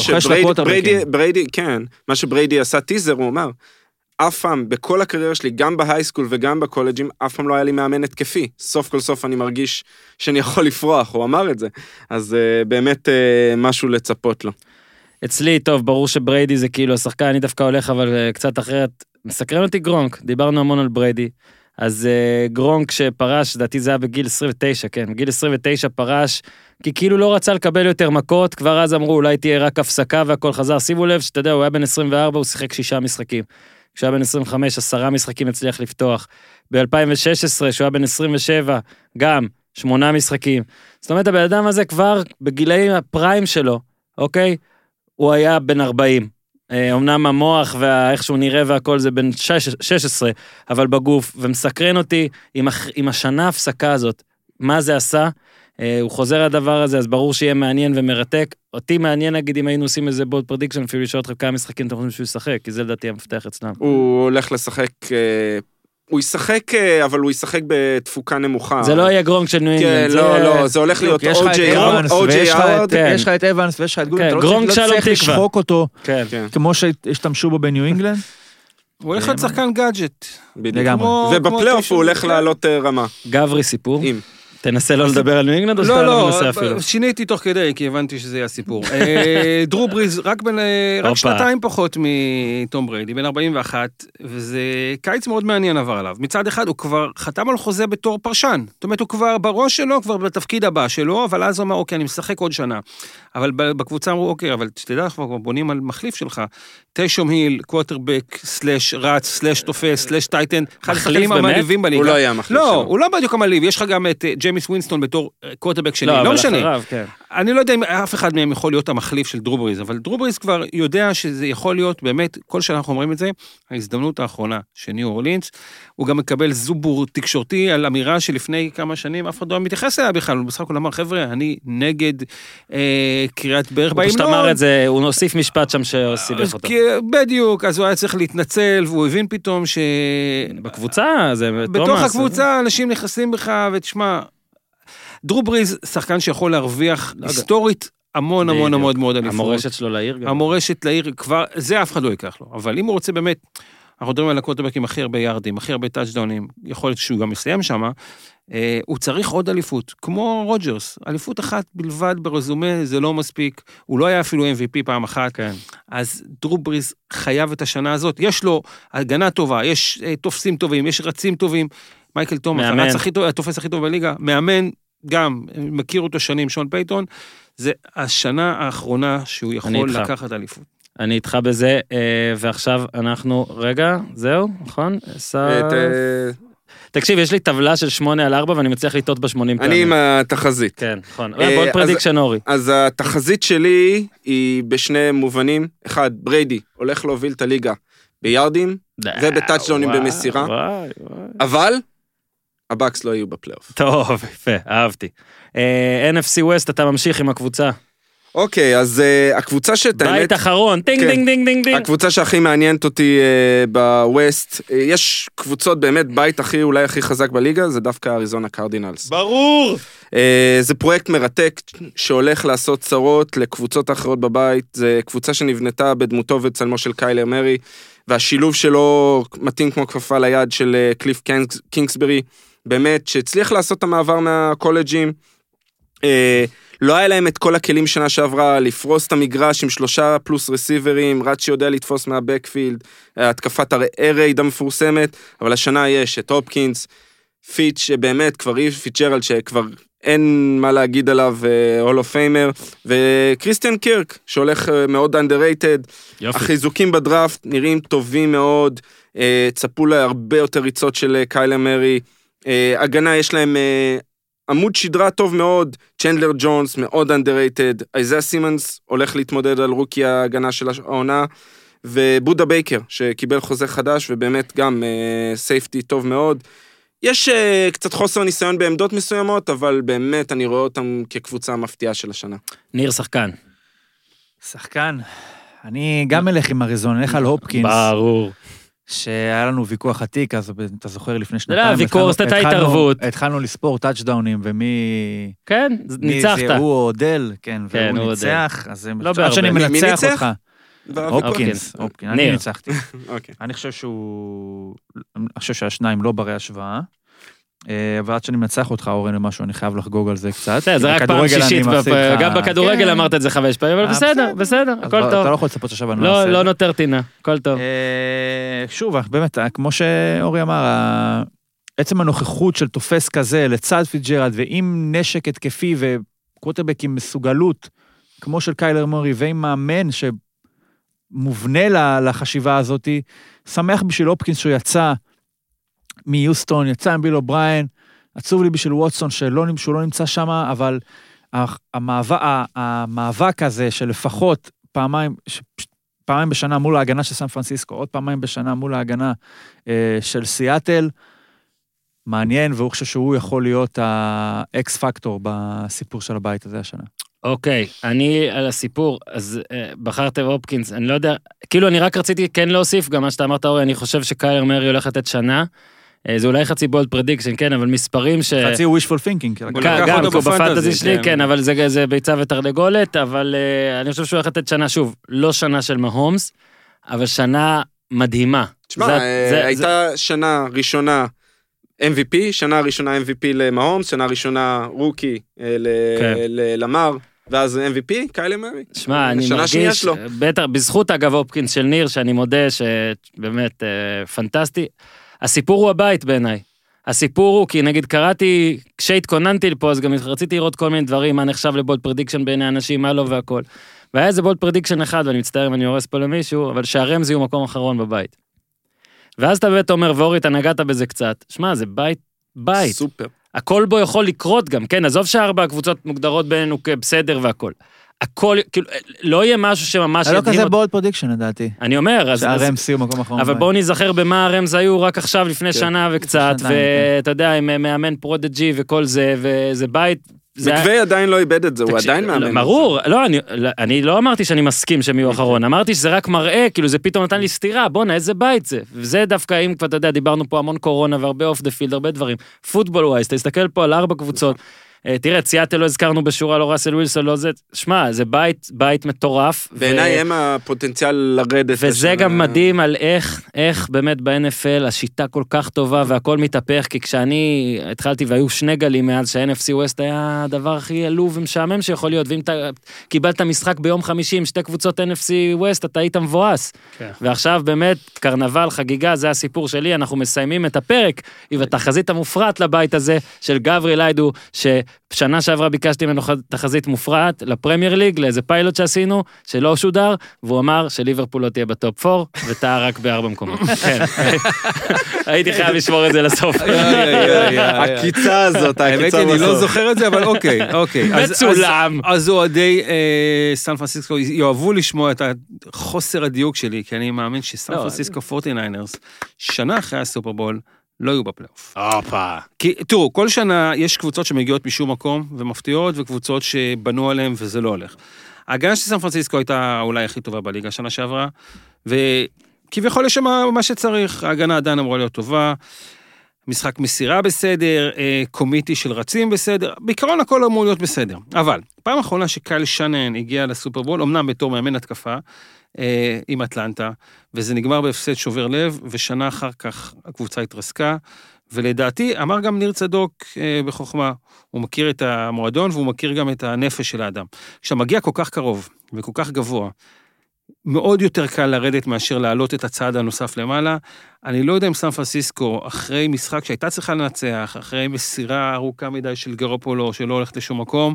שבריידי עשה טיזר, הוא אמר, אף פעם, בכל הקריירה שלי, גם בהייסקול וגם בקולג'ים, אף פעם לא היה לי מאמן התקפי. סוף כל סוף אני מרגיש שאני יכול לפרוח, הוא אמר את זה. אז באמת משהו לצפות לו. אצלי, טוב, ברור שבריידי זה כאילו השחקן, אני דווקא הולך, אבל קצת אחרת. מסקרן אותי גרונק, דיברנו המון על בריידי. אז גרונק שפרש, דעתי זה היה בגיל 29, כן, בגיל 29 פרש, כי כאילו לא רצה לקבל יותר מכות, כבר אז אמרו, אולי תהיה רק הפסקה והכל חזר. שימו לב, שאתה יודע, הוא היה בן 24, הוא שיחק 6 משחקים. כשהיה בן 25, 10 משחקים הצליח לפתוח. ב-2016, שהוא היה בן 27, גם 8 משחקים. זאת אומרת, הבן אדם הזה כבר בגילאים הפריים שלו, אוקיי? הוא היה בן 40. אמנם המוח ואיך שהוא נראה והכל זה בן 16, אבל בגוף, ומסקרן אותי עם השנה הפסקה הזאת, מה זה עשה, הוא חוזר לדבר הזה, אז ברור שיהיה מעניין ומרתק, אותי מעניין נגיד אם היינו עושים איזה בולד פרדיקשן, אפילו לשאול אתכם כמה משחקים אתם חושבים שהוא ישחק, כי זה לדעתי המפתח אצלם. הוא הולך לשחק, הוא ישחק, אבל הוא ישחק בתפוקה נמוכה. זה לא יהיה גרונק של ניו אינגלנד. לא, זה הולך להיות אוג'יי האוורד. יש לך את אבנס ויש לך את גולדן, גרונק לא צריך לשחוק אותו, כמו שהשתמשו בו בניו אינגלנד. הוא הולך להיות שחקן גאדג'ט. לגמרי. ובפלייאוף הוא הולך לעלות רמה. גברי סיפור. תנסה לא לדבר על ניו אינגלנד או שאתה לא מנסה אפילו? לא, שיניתי תוך כדי, כי הבנתי שזה יהיה הסיפור. דרו בריז, רק 2 פחות מתום בריידי, בן 41, וזה קיץ מאוד מעניין עבר עליו. מצד אחד, הוא כבר חתם על חוזה בתור פרשן. זאת אומרת, הוא כבר בראש שלו, כבר בתפקיד הבא שלו, אבל אז הוא אמר, אוקיי, אני משחק עוד שנה. אבל בקבוצה אמרו, אוקיי, אבל תדע, כבר בונים על מחליף שלך. טיישום היל, קווטרבק, סלש רץ, סלש תופס, סלש טייטן, אחד השחקנים המעליבים בליגה. הוא לא היה מחליף שלו. הוא לא בדיוק המעליב, יש לך גם את ג'יימס ווינסטון בתור קווטרבק שני, לא משנה. אני לא יודע אם אף אחד מהם יכול להיות המחליף של דרו בריז, אבל דרו בריז כבר יודע שזה יכול להיות באמת, כל שנה אנחנו אומרים את זה, ההזדמנות האחרונה של ניו אורלינס, הוא גם מקבל זובור תקשורתי על אמירה שלפני כמה שנים אף אחד לא מתייחס אליה בכלל, הוא בסך הכל אמר, חבר'ה, אני נגד קריאת בערך בהמנון. הוא פשוט אמר את זה, הוא נוסיף משפט שם שסיבך אותו. בדיוק, אז הוא היה צריך להתנצל, והוא הבין פתאום ש... בקבוצה, זה בתוך הקבוצה, אנשים נכנסים בך, ותשמע, דרו בריז, שחקן שיכול להרוויח היסטורית המון המון המון מאוד אליפות. המורשת שלו לעיר גם. המורשת לעיר, כבר, זה אף אחד לא ייקח לו. אבל אם הוא רוצה באמת, אנחנו מדברים על הקווטרבקים הכי הרבה יארדים, הכי הרבה טאצ'דאונים, יכול להיות שהוא גם יסיים שם, הוא צריך עוד אליפות, כמו רוג'רס, אליפות אחת בלבד ברזומה, זה לא מספיק, הוא לא היה אפילו MVP פעם אחת, כן. אז דרו בריז חייב את השנה הזאת, יש לו הגנה טובה, יש תופסים טובים, יש רצים טובים, מייקל תומאס, התופס הכי טוב בליגה, מאמן, גם, מכיר אותו שנים, שון פייטון, זה השנה האחרונה שהוא יכול לקחת אליפות. אני איתך בזה, ועכשיו אנחנו, רגע, זהו, נכון? תקשיב, יש לי טבלה של 8-4, ואני מצליח לטעות ב-80 פעמים. אני עם התחזית. כן, נכון. בוא פרדיקשן אורי. אז התחזית שלי היא בשני מובנים. אחד, בריידי הולך להוביל את הליגה ביארדים, ובטאצ'דאונים במסירה. אבל הבאקס לא יהיו בפלייאוף. טוב, יפה, אהבתי. NFC West, אתה ממשיך עם הקבוצה. אוקיי, אז הקבוצה בית אחרון, טינג דינג דינג דינג דינג. הקבוצה שהכי מעניינת אותי בווסט, יש קבוצות באמת בית אולי הכי חזק בליגה, זה דווקא אריזונה קרדינלס. ברור! זה פרויקט מרתק שהולך לעשות צרות לקבוצות אחרות בבית, זה קבוצה שנבנתה בדמותו וצלמו של קיילר מרי, והשילוב שלו מתאים כמו כפפה ליד של קליף קינגסברי, באמת שהצליח לעשות את המעבר מהקולג'ים, לא היה להם את כל הכלים שנה שעברה, לפרוס את המגרש עם 3 פלוס רסיברים, רץ שיודע לתפוס מהבקפילד, התקפת הרייד המפורסמת, אבל השנה יש את הופקינס, פיץ' שבאמת כבר פיצ'רלד שכבר אין מה להגיד עליו, הול אוף פיימר, וקריסטיאן קירק, שהולך מאוד underrated, החיזוקים בדראפט נראים טובים מאוד, צפו לה הרבה יותר ריצות של קיילר מרי, הגנה יש להם עמוד שדרה טוב מאוד, צ'נדלר ג'ונס מאוד underrated, איזיה סימנס הולך להתמודד על רוקי ההגנה של העונה, ובודה בייקר שקיבל חוזה חדש, ובאמת גם סייפטי טוב מאוד, יש קצת חוסר ניסיון בעמדות מסוימות, אבל באמת אני רואה אותם כקבוצה המפתיעה של השנה. ניר שחקן. שחקן. אני גם אלך עם אריזון, אלך על הופקינס. ברור. שהיה לנו ויכוח עתיק, אז אתה זוכר לפני שנתיים. לא, ויכוח, סטטה התערבות. התחלנו לספור טאצ'דאונים, ומי... כן, ניצחת. הוא או אודל, כן, והוא ניצח, אז עד שאני מנצח אותך. הופקינס, אני ניצחתי. אני חושב שהשניים לא ברי השוואה, ועד שאני מנצח אותך, אורן, למשהו, אני חייב לחגוג על זה קצת. זה רק פעם שישית, גם בכדורגל אמרת את זה 5 פעמים, אבל בסדר, הכל טוב. אתה לא יכול לצפות שעכשיו אני לא עושה. לא נותר טינה, הכל טוב. שוב, באמת, כמו שאורי אמר, עצם הנוכחות של תופס כזה לצד פיטג'ראלד, ועם נשק התקפי וקווטרבק עם מסוגלות, כמו של קיילר מרי, ועם מאמן שמובנה לחשיבה הזאת, שמח בשביל הופקינס שהוא יצא מיוסטון, יצא עם ביל אובריין, עצוב לי בשביל ווטסון שהוא לא נמצא שם, אבל המאבק הזה שלפחות פעמיים בשנה מול ההגנה של סן פרנסיסקו, עוד פעמיים בשנה מול ההגנה של סיאטל, מעניין, והוא חושב שהוא יכול להיות האקס פקטור בסיפור של הבית הזה השנה. אוקיי, אני על הסיפור, אז בחרתם הופקינס, אני לא יודע, כאילו אני רק רציתי כן להוסיף, גם מה שאתה אמרת אורי, אני חושב שקיילר מרי הולך לתת שנה, זה אולי חצי בולד פרדיקשן, כן, אבל מספרים ש... חצי wishful thinking. גם, בפנטזי שלי, כן, אבל זה ביצה ותרנגולת, אבל אני חושב שהוא הולך לתת שנה, שוב, לא שנה של מהומס, אבל שנה מדהימה. תשמע, הייתה שנה ראשונה MVP, שנה ראשונה MVP למהומס, שנה ראשונה רוקי למר, ואז MVP, קיילר מרי. תשמע, אני מרגיש, בטח, בזכות אגב הופקינס של ניר, שאני מודה שבאמת פנטסטי, הסיפור הוא הבית בעיניי. הסיפור הוא, כי נגיד קראתי, כשהתכוננתי לפה, אז גם רציתי לראות כל מיני דברים, מה נחשב לבולד פרדיקשן בעיני אנשים, מה לא והכל. והיה איזה בולד פרדיקשן אחד, ואני מצטער אם אני הורס פה למישהו, אבל שהרמזי הוא מקום אחרון בבית. ואז אתה באמת אומר, ואורי, אתה נגעת בזה קצת. שמע, זה בית. סופר. הכל בו יכול לקרות גם, כן? עזוב שהארבע הקבוצות מוגדרות בינינו כבסדר והכל. הכל, כאילו, לא יהיה משהו שממש... לא כזה בולד פרדיקשן, לדעתי. אני אומר, שהרמזי הוא מקום אחרון. אבל בואו נזכר במה הרמז היו רק עכשיו, לפני שנה וקצת, ואתה יודע, עם מאמן פרודג'י וכל זה, וזה בית... מקווי עדיין לא איבד את זה, הוא עדיין מאמן. ברור, לא, אני לא אמרתי שאני מסכים שהם יהיו אחרון, אמרתי שזה רק מראה, כאילו זה פתאום נתן לי סתירה, בוא'נה, איזה בית זה. וזה דווקא, אם כבר אתה יודע, דיברנו פה המון קורונה והרבה אוף דה פילד, הרבה דברים. פוטבול ווייס, אתה תסתכל פה על 4 קבוצות, תראה, ציאטל לא הזכרנו בשורה, לא ראסל ווילסון, לא זה, שמע, זה בית מטורף. בעיניי הם הפוטנציאל לרדת. וזה גם מדהים על איך באמת ב-NFL השיטה כל כך טובה והכל מתהפך, כי כשאני התחלתי והיו 2 גלים מאז שה-NFC West היה הדבר הכי עלוב ומשעמם שיכול להיות, ואם אתה קיבלת משחק ביום 50 עם 2 קבוצות NFC West, אתה היית מבואס. ועכשיו באמת, קרנבל, חגיגה, זה הסיפור שלי, אנחנו מסיימים את הפרק, ובתחזית המופרט לבית הזה של גבריאל היידו, שנה שעברה ביקשתי ממנו תחזית מופרעת לפרמייר ליג, לאיזה פיילוט שעשינו, שלא שודר, והוא אמר שליברפול לא תהיה בטופ 4, ותהיה רק ב4 מקומות. כן. הייתי חייב לשמור את זה לסוף. הקיצה הזאת, האמת אני לא זוכר את זה, אבל אוקיי. מצולם. אז אוהדי סן פרנסיסקו יאהבו לשמוע את חוסר הדיוק שלי, כי אני מאמין שסן פרנסיסקו 49ers, שנה אחרי הסופרבול, לא יהיו בפלייאוף. כי, תראו, כל שנה יש קבוצות שמגיעות משום מקום ומפתיעות, וקבוצות שבנו עליהן וזה לא הולך. ההגנה של סן פרנסיסקו הייתה אולי הכי טובה בליגה שנה שעברה, וכביכול יש שם מה שצריך, ההגנה עדיין אמורה להיות טובה, משחק מסירה בסדר, קומיטי של רצים בסדר, בעיקרון הכל אמור להיות בסדר. אבל, פעם האחרונה שקייל שנן הגיע לסופרבול, אמנם בתור מאמן התקפה, עם אטלנטה, וזה נגמר בהפסד שובר לב, ושנה אחר כך הקבוצה התרסקה, ולדעתי אמר גם ניר צדוק בחוכמה, הוא מכיר את המועדון, והוא מכיר גם את הנפש של האדם. כשאתה מגיע כל כך קרוב, וכל כך גבוה, מאוד יותר קל לרדת מאשר לעלות את הצעד הנוסף למעלה. אני לא יודע אם סן פרנסיסקו, אחרי משחק שהייתה צריכה לנצח, אחרי מסירה ארוכה מדי של גרופולו, שלא הולכת לשום מקום,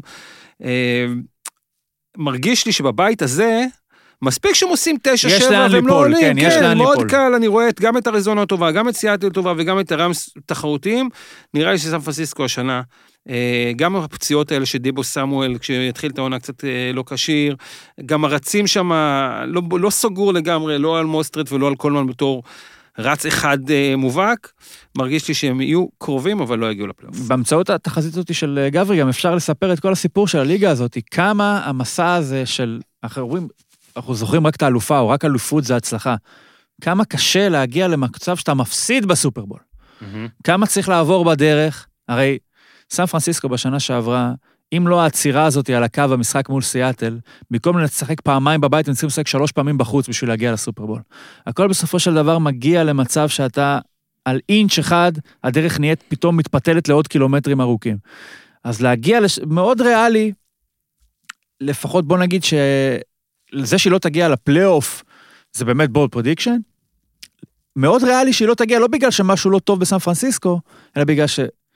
מרגיש לי שבבית הזה, מספיק שהם עושים 9-7 והם לא עולים, כן, מאוד קל, אני רואה גם את אריזונה הטובה, גם את סיאטל הטובה וגם את הרמס תחרותיים, נראה לי שסן פרנסיסקו השנה, גם הפציעות האלה שדיבו סמואל, כשהתחיל את העונה קצת לא קשיר, גם הרצים שם לא סגור לגמרי, לא על מוסטרט ולא על קולמן בתור רץ אחד מובהק, מרגיש לי שהם יהיו קרובים, אבל לא יגיעו לפלייאוף. באמצעות התחזית הזאת של גברי, גם אפשר לספר את כל הסיפור של הליגה הזאת, כמה המסע הזה של, אנחנו זוכרים רק את האלופה, או רק אלופות זה הצלחה, כמה קשה להגיע למצב שאתה מפסיד בסופרבול. כמה צריך לעבור בדרך, הרי סן פרנסיסקו בשנה שעברה, אם לא העצירה הזאת על הקו במשחק מול סיאטל, במקום לשחק פעמיים בבית, הם צריכים לשחק 3 פעמים בחוץ בשביל להגיע לסופרבול. הכל בסופו של דבר מגיע למצב שאתה על אינץ' אחד, הדרך נהיית פתאום מתפתלת לעוד קילומטרים ארוכים. אז להגיע מאוד ריאלי, לפחות בוא נגיד שזה שהיא לא תגיע לפלייאוף, זה באמת בולד פרדיקשן, מאוד ריאלי שהיא לא תגיע, לא בגלל שמשהו לא טוב בסן פרנסיסקו, אלא בגלל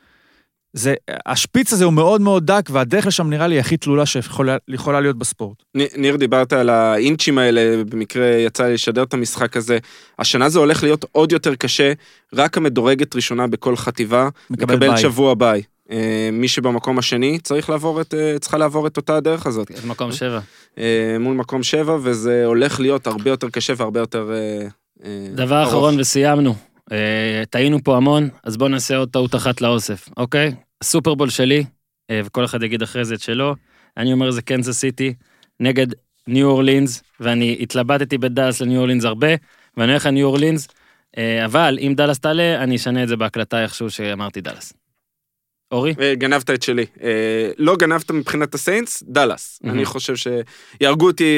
השפיץ הזה הוא מאוד מאוד דק, והדרך לשם נראה לי הכי תלולה שיכולה להיות בספורט. ניר, דיברת על האינצ'ים האלה, במקרה יצא לי לשדר את המשחק הזה, השנה זה הולך להיות עוד יותר קשה, רק המדורגת ראשונה בכל חטיבה, מקבל שבוע ביי. מי שבמקום השני צריכה לעבור את אותה הדרך הזאת. את מקום 7. מול מקום 7, וזה הולך להיות הרבה יותר קשה והרבה יותר דבר אחרון וסיימנו. טעינו פה המון, אז בואו נעשה עוד טעות אחת לאוסף, אוקיי? הסופרבול שלי, וכל אחד יגיד אחרי זה את שלו, אני אומר זה קנזס סיטי, נגד ניו אורלינס, ואני התלבטתי בדלס לניו אורלינס הרבה, ואני הולך לניו אורלינס, אבל אם דלס תעלה, אני אשנה את זה בהקלטה איכשהו שאמרתי דלס. אורי? גנבת את שלי. לא גנבת מבחינת הסיינס, דלס. אני חושב שירגו אותי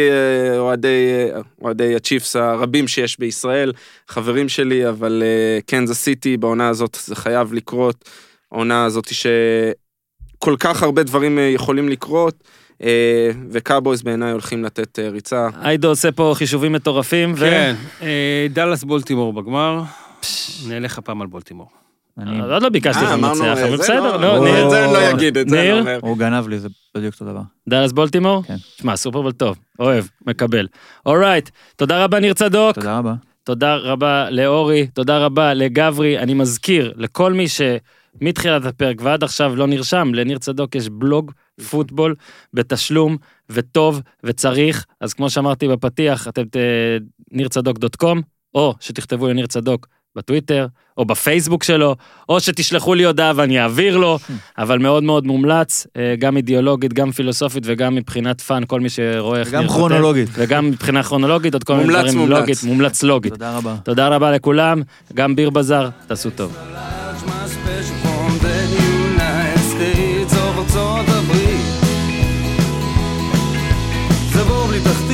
אוהדי הצ'יפס הרבים שיש בישראל, חברים שלי, אבל קנזס סיטי בעונה הזאת זה חייב לקרות, העונה הזאת שכל כך הרבה דברים יכולים לקרות, וקאבויז בעיניי הולכים לתת ריצה. איידו עושה פה חישובים מטורפים. כן, דלס בולטימור בגמר, נלך הפעם על בולטימור. עוד לא ביקשתי לך לנצח, אבל בסדר. זה אני לא אגיד, את זה אני אומר. הוא גנב לי, זה בדיוק אותו דבר. דלס בולטימור? כן. שמע, סופרבול טוב, אוהב, מקבל. אורייט, תודה רבה ניר צדוק. תודה רבה. תודה רבה לאורי, תודה רבה לגברי. אני מזכיר לכל מי שמתחילת הפרק ועד עכשיו לא נרשם, לניר צדוק יש בלוג פוטבול בתשלום וטוב וצריך, אז כמו שאמרתי בפתיח, אתם nirtzadok.com, או שתכתבו לניר צדוק בטוויטר, או בפייסבוק שלו, או שתשלחו לי הודעה ואני אעביר לו, אבל מאוד מאוד מומלץ, גם אידיאולוגית, גם פילוסופית, וגם מבחינת פן, כל מי שרואה איך גם כרונולוגית. וגם מבחינה כרונולוגית, עוד כל מיני דברים לוגית, מומלץ לוגית. תודה רבה. תודה רבה לכולם, גם ביר בזאר, תעשו טוב. זה בור בלי תחתית